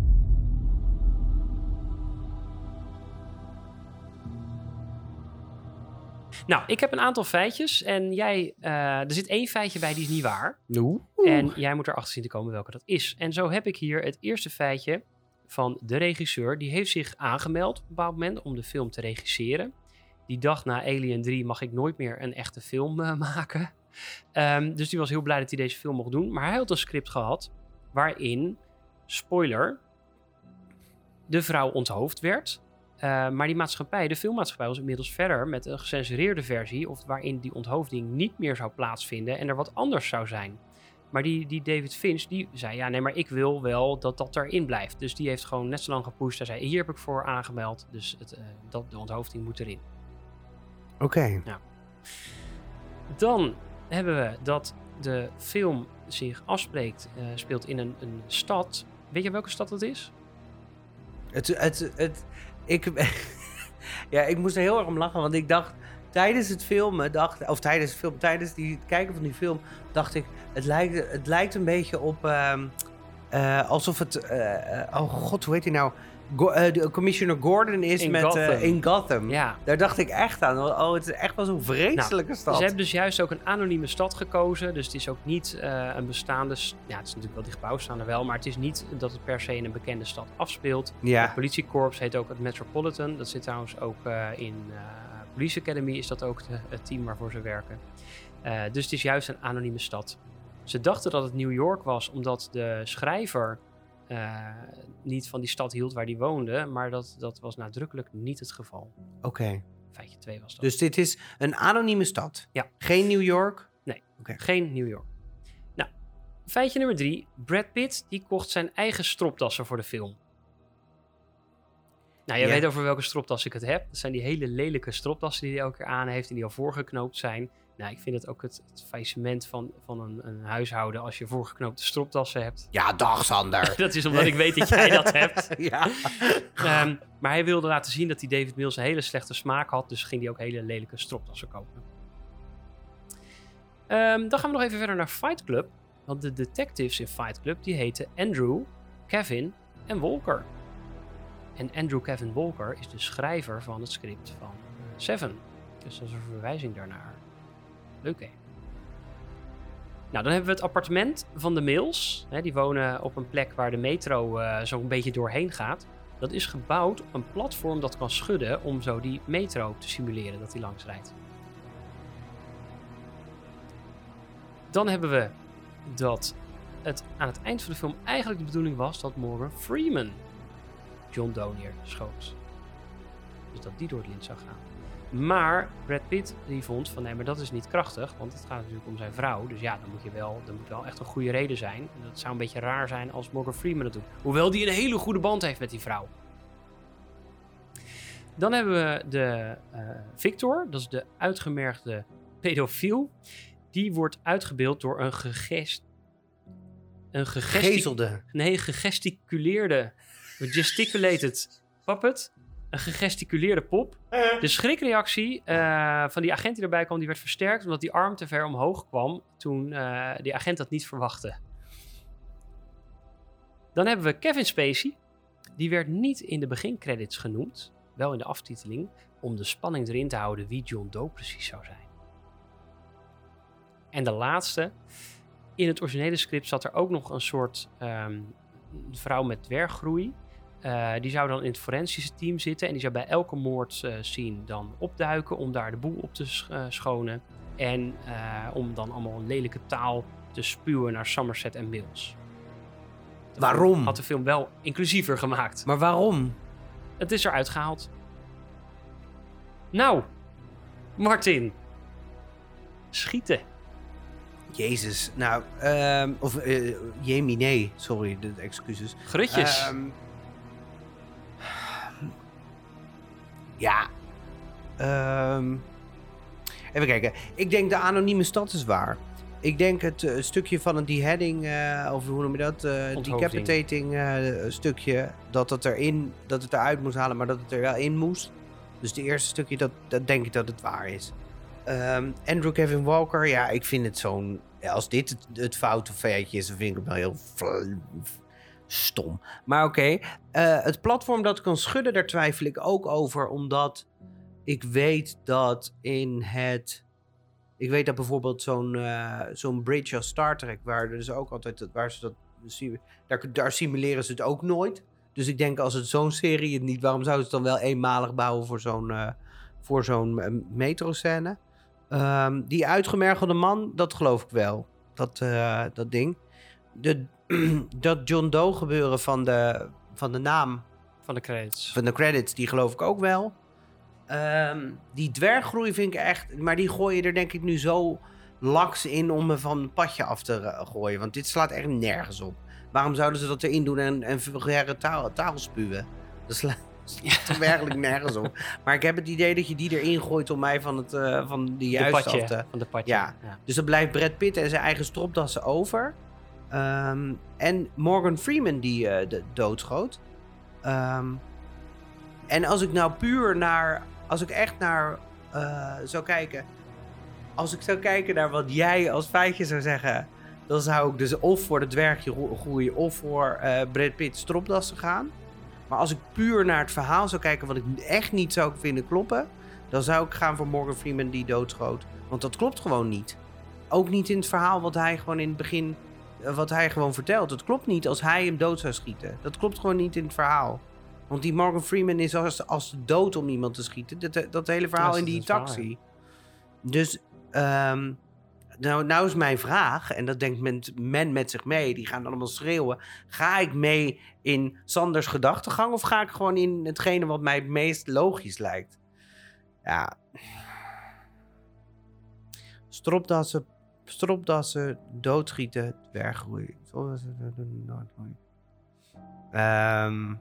[SPEAKER 1] Nou, ik heb een aantal feitjes en jij, uh, er zit één feitje bij die is niet waar.
[SPEAKER 2] Oeh.
[SPEAKER 1] En jij moet erachter zien te komen welke dat is. En zo heb ik hier het eerste feitje van de regisseur. Die heeft zich aangemeld op een bepaald moment om de film te regisseren. Die dacht na Alien drie mag ik nooit meer een echte film uh, maken. Um, dus die was heel blij dat hij deze film mocht doen. Maar hij had een script gehad waarin, spoiler, de vrouw onthoofd werd. Uh, maar die maatschappij, de filmmaatschappij, was inmiddels verder met een gecensureerde versie, of waarin die onthoofding niet meer zou plaatsvinden en er wat anders zou zijn. Maar die, die David Finch, die zei, ja nee, maar ik wil wel dat dat erin blijft. Dus die heeft gewoon net zo lang gepusht. Hij zei, hier heb ik voor aangemeld, dus het, uh, dat, de onthoofding moet erin.
[SPEAKER 2] Oké. Okay.
[SPEAKER 1] Ja. Dan hebben we dat de film zich afspreekt, uh, speelt in een, een stad. Weet je welke stad dat is?
[SPEAKER 2] Het, het, het, ik, ja, ik moest er heel erg om lachen, want ik dacht tijdens het filmen, dacht, of tijdens het film, tijdens die, het kijken van die film, dacht ik, het lijkt, het lijkt een beetje op, uh, uh, alsof het, uh, oh god, hoe heet die nou? Go- uh, de Commissioner Gordon is
[SPEAKER 1] In
[SPEAKER 2] met, uh,
[SPEAKER 1] Gotham.
[SPEAKER 2] in Gotham.
[SPEAKER 1] Ja.
[SPEAKER 2] Daar dacht ik echt aan. Oh, het is echt wel zo'n vreselijke
[SPEAKER 1] Nou,
[SPEAKER 2] stad.
[SPEAKER 1] Ze hebben dus juist ook een anonieme stad gekozen. Dus het is ook niet uh, een bestaande... st- Ja, het is natuurlijk wel dichtbij staan er wel. Maar het is niet dat het per se in een bekende stad afspeelt.
[SPEAKER 2] Ja.
[SPEAKER 1] Het politiekorps heet ook het Metropolitan. Dat zit trouwens ook uh, in uh, Police Academy. Is dat ook de, het team waarvoor ze werken. Uh, dus het is juist een anonieme stad. Ze dachten dat het New York was, omdat de schrijver uh, niet van die stad hield waar hij woonde. Maar dat, dat was nadrukkelijk niet het geval.
[SPEAKER 2] Oké. Okay.
[SPEAKER 1] Feitje twee was dat.
[SPEAKER 2] Dus dit is een anonieme stad?
[SPEAKER 1] Ja.
[SPEAKER 2] Geen New York?
[SPEAKER 1] Nee,
[SPEAKER 2] okay.
[SPEAKER 1] Geen New York. Nou, feitje nummer drie. Brad Pitt die kocht zijn eigen stropdassen voor de film. Nou, je
[SPEAKER 2] ja.
[SPEAKER 1] weet over welke stropdas ik het heb. Dat zijn die hele lelijke stropdassen die hij elke keer aan heeft en die al voorgeknoopt zijn. Nou, ik vind het ook het, het faillissement van, van een, een huishouden als je voorgeknoopte stropdassen hebt.
[SPEAKER 2] Ja, dag Sander.
[SPEAKER 1] Dat is omdat ik weet dat jij dat hebt.
[SPEAKER 2] Ja.
[SPEAKER 1] Um, maar hij wilde laten zien dat die David Mills een hele slechte smaak had. Dus ging hij ook hele lelijke stropdassen kopen. Um, dan gaan we nog even verder naar Fight Club. Want de detectives in Fight Club die heten Andrew, Kevin en Walker. En Andrew Kevin Walker is de schrijver van het script van Seven. Dus dat is een verwijzing daarnaar. Leuk hè? Nou, dan hebben we het appartement van de Mills. Hè, die wonen op een plek waar de metro uh, zo'n beetje doorheen gaat. Dat is gebouwd op een platform dat kan schudden om zo die metro te simuleren dat die langs rijdt. Dan hebben we dat het aan het eind van de film eigenlijk de bedoeling was dat Morgan Freeman John Doe neerschoot. Dus dat die door het lint zou gaan. Maar Brad Pitt die vond van nee, maar dat is niet krachtig, want het gaat natuurlijk om zijn vrouw. Dus ja, dan moet je wel, dan moet wel echt een goede reden zijn. Dat zou een beetje raar zijn als Morgan Freeman het doet. Hoewel die een hele goede band heeft met die vrouw. Dan hebben we de uh, Victor, dat is de uitgemergde pedofiel. Die wordt uitgebeeld door een gegest... Een gegesti-
[SPEAKER 2] Gezelde.
[SPEAKER 1] Nee, gegesticuleerde... Gesticulated puppet. Een gegesticuleerde pop. De schrikreactie uh, van die agent die erbij kwam, die werd versterkt omdat die arm te ver omhoog kwam toen uh, die agent dat niet verwachtte. Dan hebben we Kevin Spacey. Die werd niet in de begincredits genoemd, wel in de aftiteling, om de spanning erin te houden wie John Doe precies zou zijn. En de laatste. In het originele script zat er ook nog een soort um, vrouw met dwerggroei. Uh, die zou dan in het forensische team zitten en die zou bij elke moord uh, scene dan opduiken om daar de boel op te sch- uh, schonen. En uh, om dan allemaal een lelijke taal te spuwen naar Somerset en Mills. De
[SPEAKER 2] waarom?
[SPEAKER 1] Had de film wel inclusiever gemaakt.
[SPEAKER 2] Maar waarom?
[SPEAKER 1] Het is eruit gehaald. Nou, Martin. Schieten.
[SPEAKER 2] Jezus, nou, um, of uh, Jamie, nee, sorry, de, de excuses.
[SPEAKER 1] Grutjes.
[SPEAKER 2] Um, ja. Um, even kijken. Ik denk de anonieme stad is waar. Ik denk het uh, stukje van een beheading, uh, of hoe noem je dat? Uh, decapitating uh, stukje, dat het erin, dat het eruit moest halen, maar dat het er wel in moest. Dus het eerste stukje, dat, dat denk ik dat het waar is. Um, Andrew Kevin Walker, ja, ik vind het zo'n... Ja, als dit het, het foute feitje is, dan vind ik het wel heel fl- stom. Maar oké, okay. uh, het platform dat kan schudden, daar twijfel ik ook over, omdat ik weet dat in het... Ik weet dat bijvoorbeeld zo'n, uh, zo'n bridge als Star Trek, waar dus ook altijd... Waar ze dat, daar, daar simuleren ze het ook nooit. Dus ik denk, als het zo'n serie het niet... Waarom zouden ze het dan wel eenmalig bouwen voor zo'n, uh, voor zo'n uh, metroscène? Um, die uitgemergelde man, dat geloof ik wel. Dat, uh, dat ding. De, dat John Doe gebeuren van de, van de naam.
[SPEAKER 1] Van de credits.
[SPEAKER 2] Van de credits, die geloof ik ook wel. Um, die dwerggroei vind ik echt... Maar die gooi je er denk ik nu zo laks in om me van het padje af te uh, gooien. Want dit slaat echt nergens op. Waarom zouden ze dat erin doen en, en vulgaire taal, taal spuwen? Dat slaat... slaat er werkelijk nergens op. Maar ik heb het idee dat je die erin gooit om mij van, het, uh, van die juiste af te...
[SPEAKER 1] Van de padje.
[SPEAKER 2] Ja. ja. Dus dan blijft Brad Pitt en zijn eigen stropdassen over. Um, en Morgan Freeman die uh, de, doodschoot. Um, en als ik nou puur naar... Als ik echt naar uh, zou kijken... Als ik zou kijken naar wat jij als feitje zou zeggen... Dan zou ik dus of voor de dwergje groeien of voor uh, Brad Pitt stropdassen gaan. Maar als ik puur naar het verhaal zou kijken... wat ik echt niet zou vinden kloppen... dan zou ik gaan voor Morgan Freeman die doodschoot. Want dat klopt gewoon niet. Ook niet in het verhaal wat hij gewoon in het begin... Uh, wat hij gewoon vertelt. Het klopt niet als hij hem dood zou schieten. Dat klopt gewoon niet in het verhaal. Want die Morgan Freeman is als, als dood om iemand te schieten. Dat, dat hele verhaal
[SPEAKER 1] Ja,
[SPEAKER 2] in
[SPEAKER 1] dat
[SPEAKER 2] die
[SPEAKER 1] is het
[SPEAKER 2] taxi.
[SPEAKER 1] verhaal,
[SPEAKER 2] Dus... Um, Nou, nou is mijn vraag, en dat denkt men, men met zich mee, die gaan allemaal schreeuwen. Ga ik mee in Sanders gedachtegang of ga ik gewoon in hetgene wat mij het meest logisch lijkt? Ja. Stropdassen, stropdassen, doodschieten, dwerggroei. Um,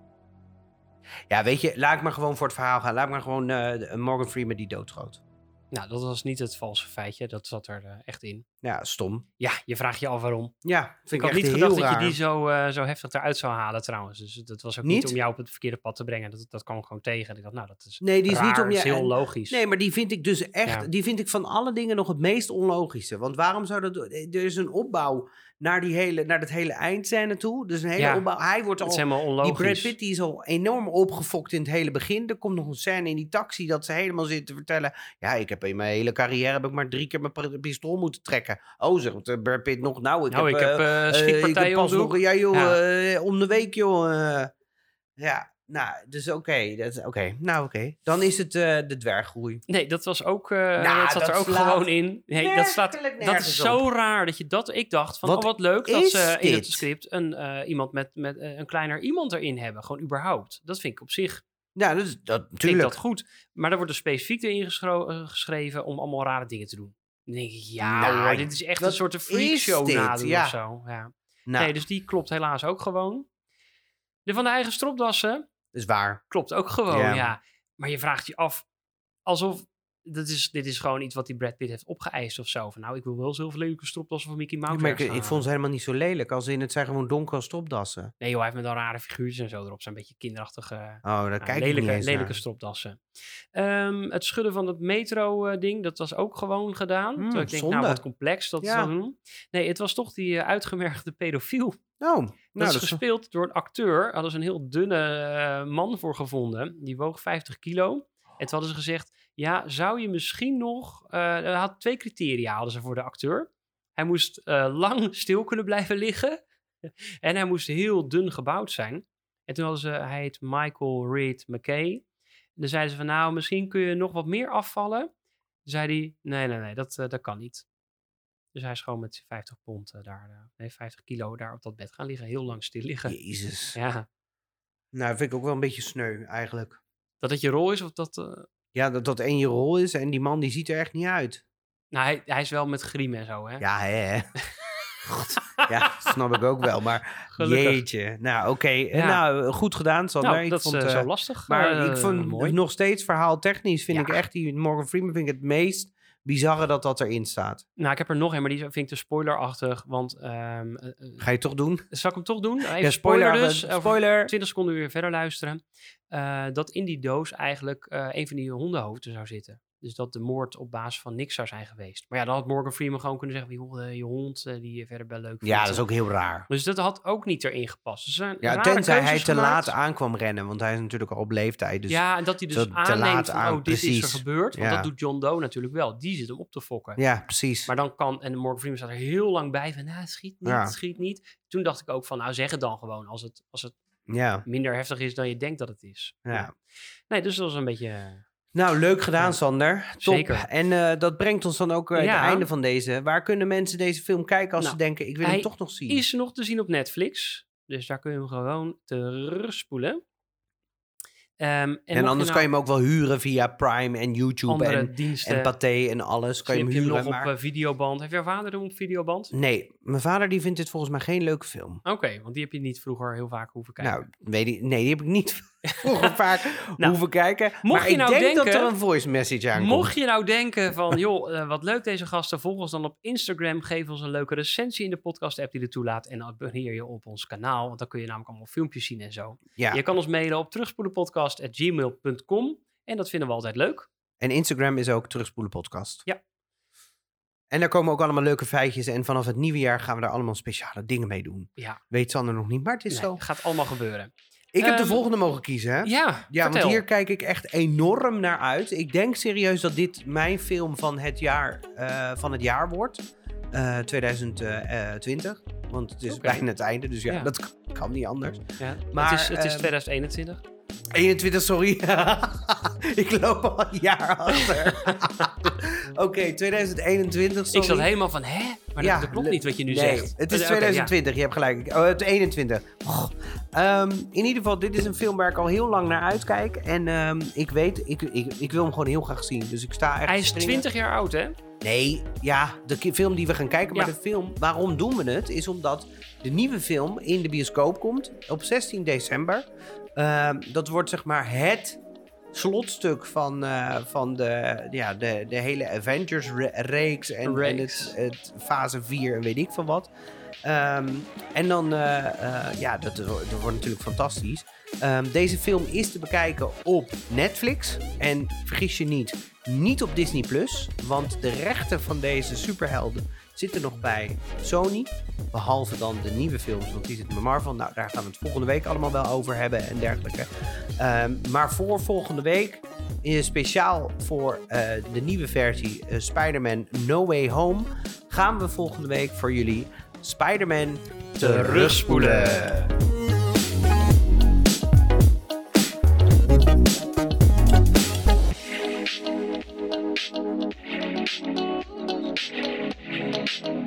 [SPEAKER 2] ja, weet je, laat ik maar gewoon voor het verhaal gaan. Laat ik maar gewoon uh, Morgan Freeman die doodschoot.
[SPEAKER 1] Nou, dat was niet het valse feitje. Dat zat er uh, echt in.
[SPEAKER 2] Ja, stom.
[SPEAKER 1] Ja, je vraagt je af waarom.
[SPEAKER 2] Ja, vind ik,
[SPEAKER 1] ik had
[SPEAKER 2] echt
[SPEAKER 1] niet
[SPEAKER 2] heel
[SPEAKER 1] gedacht
[SPEAKER 2] raar.
[SPEAKER 1] dat je die zo, uh, zo heftig eruit zou halen trouwens. Dus dat was ook niet,
[SPEAKER 2] Niet?
[SPEAKER 1] om jou op het verkeerde pad te brengen. Dat, dat kwam gewoon tegen. Ik dacht, nou, dat is
[SPEAKER 2] Nee, die is
[SPEAKER 1] raar,
[SPEAKER 2] niet om je...
[SPEAKER 1] is heel
[SPEAKER 2] en-
[SPEAKER 1] logisch.
[SPEAKER 2] Nee, maar die vind ik dus echt...
[SPEAKER 1] Ja.
[SPEAKER 2] Die vind ik van alle dingen nog het meest onlogische. Want waarom zou dat... Er is een opbouw naar, die hele, naar dat hele eindscène toe. Dus een hele
[SPEAKER 1] Ja.
[SPEAKER 2] opbouw... Hij wordt
[SPEAKER 1] Het
[SPEAKER 2] al...
[SPEAKER 1] is helemaal
[SPEAKER 2] Die
[SPEAKER 1] onlogisch.
[SPEAKER 2] Brad Pitt die is al enorm opgefokt in het hele begin. Er komt nog een scène in die taxi dat ze helemaal zitten te vertellen... Ja, ik heb in mijn hele carrière heb ik maar drie keer mijn p- pistool moeten trekken. Oh, zegt uh, Brad Pitt nog... Nou, ik
[SPEAKER 1] nou,
[SPEAKER 2] heb...
[SPEAKER 1] ik heb
[SPEAKER 2] uh,
[SPEAKER 1] uh,
[SPEAKER 2] uh,
[SPEAKER 1] schietpartijen
[SPEAKER 2] ik heb pas
[SPEAKER 1] op de hoek.
[SPEAKER 2] nog... Ja, joh,
[SPEAKER 1] Ja.
[SPEAKER 2] uh, om de week, joh. Uh, ja, nou, dus oké. Okay, oké. Okay. Nou, oké. Okay. Dan is het uh, de dwerggroei.
[SPEAKER 1] Nee, dat was ook... Uh,
[SPEAKER 2] Nou,
[SPEAKER 1] dat zat
[SPEAKER 2] dat
[SPEAKER 1] er ook
[SPEAKER 2] slaat
[SPEAKER 1] gewoon in. Nee, dat, slaat,
[SPEAKER 2] werkelijk
[SPEAKER 1] dat
[SPEAKER 2] nergens
[SPEAKER 1] is zo
[SPEAKER 2] op.
[SPEAKER 1] raar dat je dat... Ik dacht van,
[SPEAKER 2] Wat
[SPEAKER 1] oh wat leuk dat
[SPEAKER 2] is
[SPEAKER 1] ze in het
[SPEAKER 2] dit?
[SPEAKER 1] script een, uh, iemand met, met uh, een kleiner iemand erin hebben. Gewoon überhaupt. Dat vind ik op zich...
[SPEAKER 2] Ja, dat, is- dat
[SPEAKER 1] Vind ik
[SPEAKER 2] natuurlijk.
[SPEAKER 1] dat goed. Maar er wordt er specifiek erin geschro- uh, geschreven om allemaal rare dingen te doen. Dan denk ik, ja
[SPEAKER 2] Nou,
[SPEAKER 1] hoor, dit is echt
[SPEAKER 2] wat
[SPEAKER 1] een soort
[SPEAKER 2] is
[SPEAKER 1] freakshow
[SPEAKER 2] dit?
[SPEAKER 1] nadoen
[SPEAKER 2] Ja.
[SPEAKER 1] of zo. Ja.
[SPEAKER 2] Nou,
[SPEAKER 1] Nee, dus die klopt helaas ook gewoon. De van de eigen stropdassen
[SPEAKER 2] dat is waar.
[SPEAKER 1] klopt ook gewoon,
[SPEAKER 2] Ja.
[SPEAKER 1] ja. Maar je vraagt je af, alsof... Dat is, dit is gewoon iets wat die Brad Pitt heeft opgeëist of zo. Van nou, ik wil wel zoveel leuke stropdassen van Mickey Mouse.
[SPEAKER 2] Maar ik,
[SPEAKER 1] ergens
[SPEAKER 2] ik
[SPEAKER 1] gaan
[SPEAKER 2] vond ze
[SPEAKER 1] halen.
[SPEAKER 2] helemaal niet zo lelijk. Als in het zijn gewoon donkere stropdassen.
[SPEAKER 1] Nee joh, hij heeft met dan rare figuurtjes en zo erop. Zijn een beetje kinderachtige...
[SPEAKER 2] Oh, daar
[SPEAKER 1] Ja,
[SPEAKER 2] kijk ik
[SPEAKER 1] lelijke,
[SPEAKER 2] niet eens
[SPEAKER 1] lelijke
[SPEAKER 2] naar.
[SPEAKER 1] stropdassen. Ehm, het schudden van het metro-ding, dat was ook gewoon gedaan.
[SPEAKER 2] Hmm,
[SPEAKER 1] Terwijl ik denk,
[SPEAKER 2] zonde.
[SPEAKER 1] nou, wat complex dat
[SPEAKER 2] Ja.
[SPEAKER 1] te doen. Nee, het was toch die uh, uitgemergde pedofiel.
[SPEAKER 2] Oh, nou,
[SPEAKER 1] Dat is
[SPEAKER 2] dat is...
[SPEAKER 1] gespeeld door een acteur. Hadden ze een heel dunne uh, man voor gevonden. Die woog vijftig kilo. En toen hadden ze gezegd, ja, zou je misschien nog... Uh, hij had twee criteria hadden ze voor de acteur. Hij moest uh, lang stil kunnen blijven liggen. En hij moest heel dun gebouwd zijn. En toen hadden ze, hij heet Michael Reed McKay. En dan zeiden ze van, nou, misschien kun je nog wat meer afvallen. Toen zei hij, nee, nee, nee, dat, uh, dat kan niet. Dus hij is gewoon met vijftig pond uh, daar, uh, nee, vijftig kilo daar op dat bed gaan liggen. Heel lang stil liggen.
[SPEAKER 2] Jezus.
[SPEAKER 1] Ja,
[SPEAKER 2] Nou, dat vind ik ook wel een beetje sneu, eigenlijk.
[SPEAKER 1] dat het je rol is of dat... Uh...
[SPEAKER 2] Ja, dat dat één je rol is en die man die ziet er echt niet uit.
[SPEAKER 1] Nou, hij, hij is wel met griem en zo, hè?
[SPEAKER 2] Ja, hè, hè. God. Ja, snap ik ook wel, maar
[SPEAKER 1] Gelukkig.
[SPEAKER 2] jeetje. Nou, oké.
[SPEAKER 1] Ja.
[SPEAKER 2] Nou, goed gedaan, Sander.
[SPEAKER 1] Nou,
[SPEAKER 2] ik
[SPEAKER 1] dat
[SPEAKER 2] vond,
[SPEAKER 1] is uh,
[SPEAKER 2] eh,
[SPEAKER 1] zo lastig.
[SPEAKER 2] Maar
[SPEAKER 1] uh,
[SPEAKER 2] ik vond
[SPEAKER 1] mooi.
[SPEAKER 2] nog steeds verhaaltechnisch vind
[SPEAKER 1] Ja.
[SPEAKER 2] ik echt die Morgan Freeman vind ik het meest bizarre dat dat erin staat.
[SPEAKER 1] Nou, ik heb er nog een, maar die vind ik te spoilerachtig. Want, um, uh, uh,
[SPEAKER 2] Ga je het toch doen?
[SPEAKER 1] zal ik hem toch doen? Even
[SPEAKER 2] Ja,
[SPEAKER 1] spoiler,
[SPEAKER 2] spoiler,
[SPEAKER 1] dus.
[SPEAKER 2] uh,
[SPEAKER 1] Over
[SPEAKER 2] spoiler.
[SPEAKER 1] twintig seconden weer verder luisteren. Uh, dat in die doos eigenlijk uh, een van die hondenhoofden zou zitten. Dus dat de moord op basis van niks zou zijn geweest. Maar ja, dan had Morgan Freeman gewoon kunnen zeggen... joh, uh, je hond uh, die je verder wel leuk vindt.
[SPEAKER 2] Ja, dat is ook heel raar.
[SPEAKER 1] Dus dat had ook niet erin gepast. Dus er zijn
[SPEAKER 2] Ja,
[SPEAKER 1] rare
[SPEAKER 2] tenzij hij
[SPEAKER 1] keuzes
[SPEAKER 2] te
[SPEAKER 1] gemaakt.
[SPEAKER 2] laat aankwam rennen, want hij is natuurlijk al op leeftijd. Dus
[SPEAKER 1] ja, en dat hij dus
[SPEAKER 2] zo te
[SPEAKER 1] aanneemt
[SPEAKER 2] laat
[SPEAKER 1] van,
[SPEAKER 2] aan-
[SPEAKER 1] oh, dit is
[SPEAKER 2] precies.
[SPEAKER 1] er gebeurd. Want
[SPEAKER 2] Ja.
[SPEAKER 1] dat doet John Doe natuurlijk wel. Die zit hem op te fokken.
[SPEAKER 2] ja, precies.
[SPEAKER 1] Maar dan kan, en Morgan Freeman staat er heel lang bij van, nou, schiet niet,
[SPEAKER 2] Ja.
[SPEAKER 1] schiet niet. Toen dacht ik ook van, nou, zeg het dan gewoon als het, als het
[SPEAKER 2] ja,
[SPEAKER 1] minder heftig is dan je denkt dat het is.
[SPEAKER 2] ja.
[SPEAKER 1] Nee, dus dat was een beetje... uh,
[SPEAKER 2] Nou, leuk gedaan,
[SPEAKER 1] Ja.
[SPEAKER 2] Sander. Top.
[SPEAKER 1] Zeker.
[SPEAKER 2] En uh, dat brengt ons dan ook uh,
[SPEAKER 1] Ja.
[SPEAKER 2] het einde van deze. Waar kunnen mensen deze film kijken als
[SPEAKER 1] Nou,
[SPEAKER 2] ze denken, ik wil
[SPEAKER 1] hij
[SPEAKER 2] hem toch nog zien?
[SPEAKER 1] Is nog te zien op Netflix. Dus daar kun je hem gewoon terugspoelen. Um, en
[SPEAKER 2] en
[SPEAKER 1] mocht
[SPEAKER 2] anders
[SPEAKER 1] je
[SPEAKER 2] kan je
[SPEAKER 1] nou
[SPEAKER 2] hem ook wel huren via Prime en YouTube
[SPEAKER 1] andere
[SPEAKER 2] en,
[SPEAKER 1] diensten...
[SPEAKER 2] en Pathé en alles. Kan je hem
[SPEAKER 1] Slip je hem
[SPEAKER 2] huren.
[SPEAKER 1] nog op
[SPEAKER 2] Maar...
[SPEAKER 1] uh, videoband. Heeft jouw vader hem op videoband?
[SPEAKER 2] Nee, mijn vader die vindt dit volgens mij geen leuke film.
[SPEAKER 1] Oké, okay, want die heb je niet vroeger heel vaak hoeven kijken.
[SPEAKER 2] Nou, weet ik, nee, die heb ik niet vroeger vaak
[SPEAKER 1] Nou,
[SPEAKER 2] hoeven kijken.
[SPEAKER 1] mocht
[SPEAKER 2] Maar
[SPEAKER 1] je
[SPEAKER 2] ik
[SPEAKER 1] nou
[SPEAKER 2] denk dat
[SPEAKER 1] denken-
[SPEAKER 2] er een voice message aankomt.
[SPEAKER 1] Mocht je nou denken van, joh, uh, wat leuk deze gasten, volg ons dan op Instagram, geef ons een leuke recensie in de podcast-app die er toelaat en abonneer je op ons kanaal, want dan kun je namelijk allemaal filmpjes zien en zo.
[SPEAKER 2] Ja.
[SPEAKER 1] Je kan ons mailen op terugspoelenpodcast at gmail punt com en dat vinden we altijd leuk.
[SPEAKER 2] En Instagram is ook Terugspoelen Podcast.
[SPEAKER 1] Ja.
[SPEAKER 2] En daar komen ook allemaal leuke feitjes. En vanaf het nieuwe jaar gaan we daar allemaal speciale dingen mee doen.
[SPEAKER 1] Ja,
[SPEAKER 2] Weet Sander nog niet, maar het is
[SPEAKER 1] nee,
[SPEAKER 2] zo.
[SPEAKER 1] gaat allemaal gebeuren.
[SPEAKER 2] Ik heb de
[SPEAKER 1] Ehm,
[SPEAKER 2] volgende mogen kiezen, hè?
[SPEAKER 1] Ja,
[SPEAKER 2] Ja,
[SPEAKER 1] vertel.
[SPEAKER 2] want hier kijk ik echt enorm naar uit. Ik denk serieus dat dit mijn film van het jaar, uh, van het jaar wordt. Uh, twintig twintig. Want het is
[SPEAKER 1] Oké.
[SPEAKER 2] bijna het einde, dus ja,
[SPEAKER 1] Ja.
[SPEAKER 2] dat kan, kan niet anders.
[SPEAKER 1] Ja,
[SPEAKER 2] Maar,
[SPEAKER 1] het is, het is
[SPEAKER 2] ehm,
[SPEAKER 1] twintig eenentwintig.
[SPEAKER 2] eenentwintig, sorry. Ik loop al een jaar achter. Oké, okay, twintig eenentwintig, sorry.
[SPEAKER 1] Ik zat helemaal van, hè? Maar
[SPEAKER 2] Ja,
[SPEAKER 1] dat, dat klopt niet wat je nu
[SPEAKER 2] nee,
[SPEAKER 1] zegt.
[SPEAKER 2] het is
[SPEAKER 1] Oké, ja.
[SPEAKER 2] twintig twintig, je hebt gelijk. Oh, het eenentwintig. Oh. Um, in ieder geval, dit is een film waar ik al heel lang naar uitkijk. En um, ik weet, ik, ik, ik wil hem gewoon heel graag zien. Dus ik sta echt
[SPEAKER 1] Hij
[SPEAKER 2] te
[SPEAKER 1] is
[SPEAKER 2] springen.
[SPEAKER 1] twintig jaar oud, hè?
[SPEAKER 2] Nee, ja, de ki- film die we gaan kijken. Maar
[SPEAKER 1] Ja.
[SPEAKER 2] de film, waarom doen we het? Is omdat de nieuwe film in de bioscoop komt op zestien december. Um, dat wordt zeg maar het slotstuk van, uh, van de, ja, de, de hele Avengers-reeks en, en
[SPEAKER 1] Reeks.
[SPEAKER 2] het, het fase vier en weet ik van wat. Um, en dan, uh, uh, ja, dat, dat wordt natuurlijk fantastisch. Um, deze film is te bekijken op Netflix. En vergis je niet, niet op Disney plus. Want de rechten van deze superhelden zitten nog bij Sony. Behalve dan de nieuwe films, want die zitten bij Marvel. Nou, daar gaan we het volgende week allemaal wel over hebben en dergelijke. Um, maar voor volgende week, is speciaal voor uh, de nieuwe versie uh, Spider-Man No Way Home, gaan we volgende week voor jullie Spider-Man terugspoelen.
[SPEAKER 4] Thank you.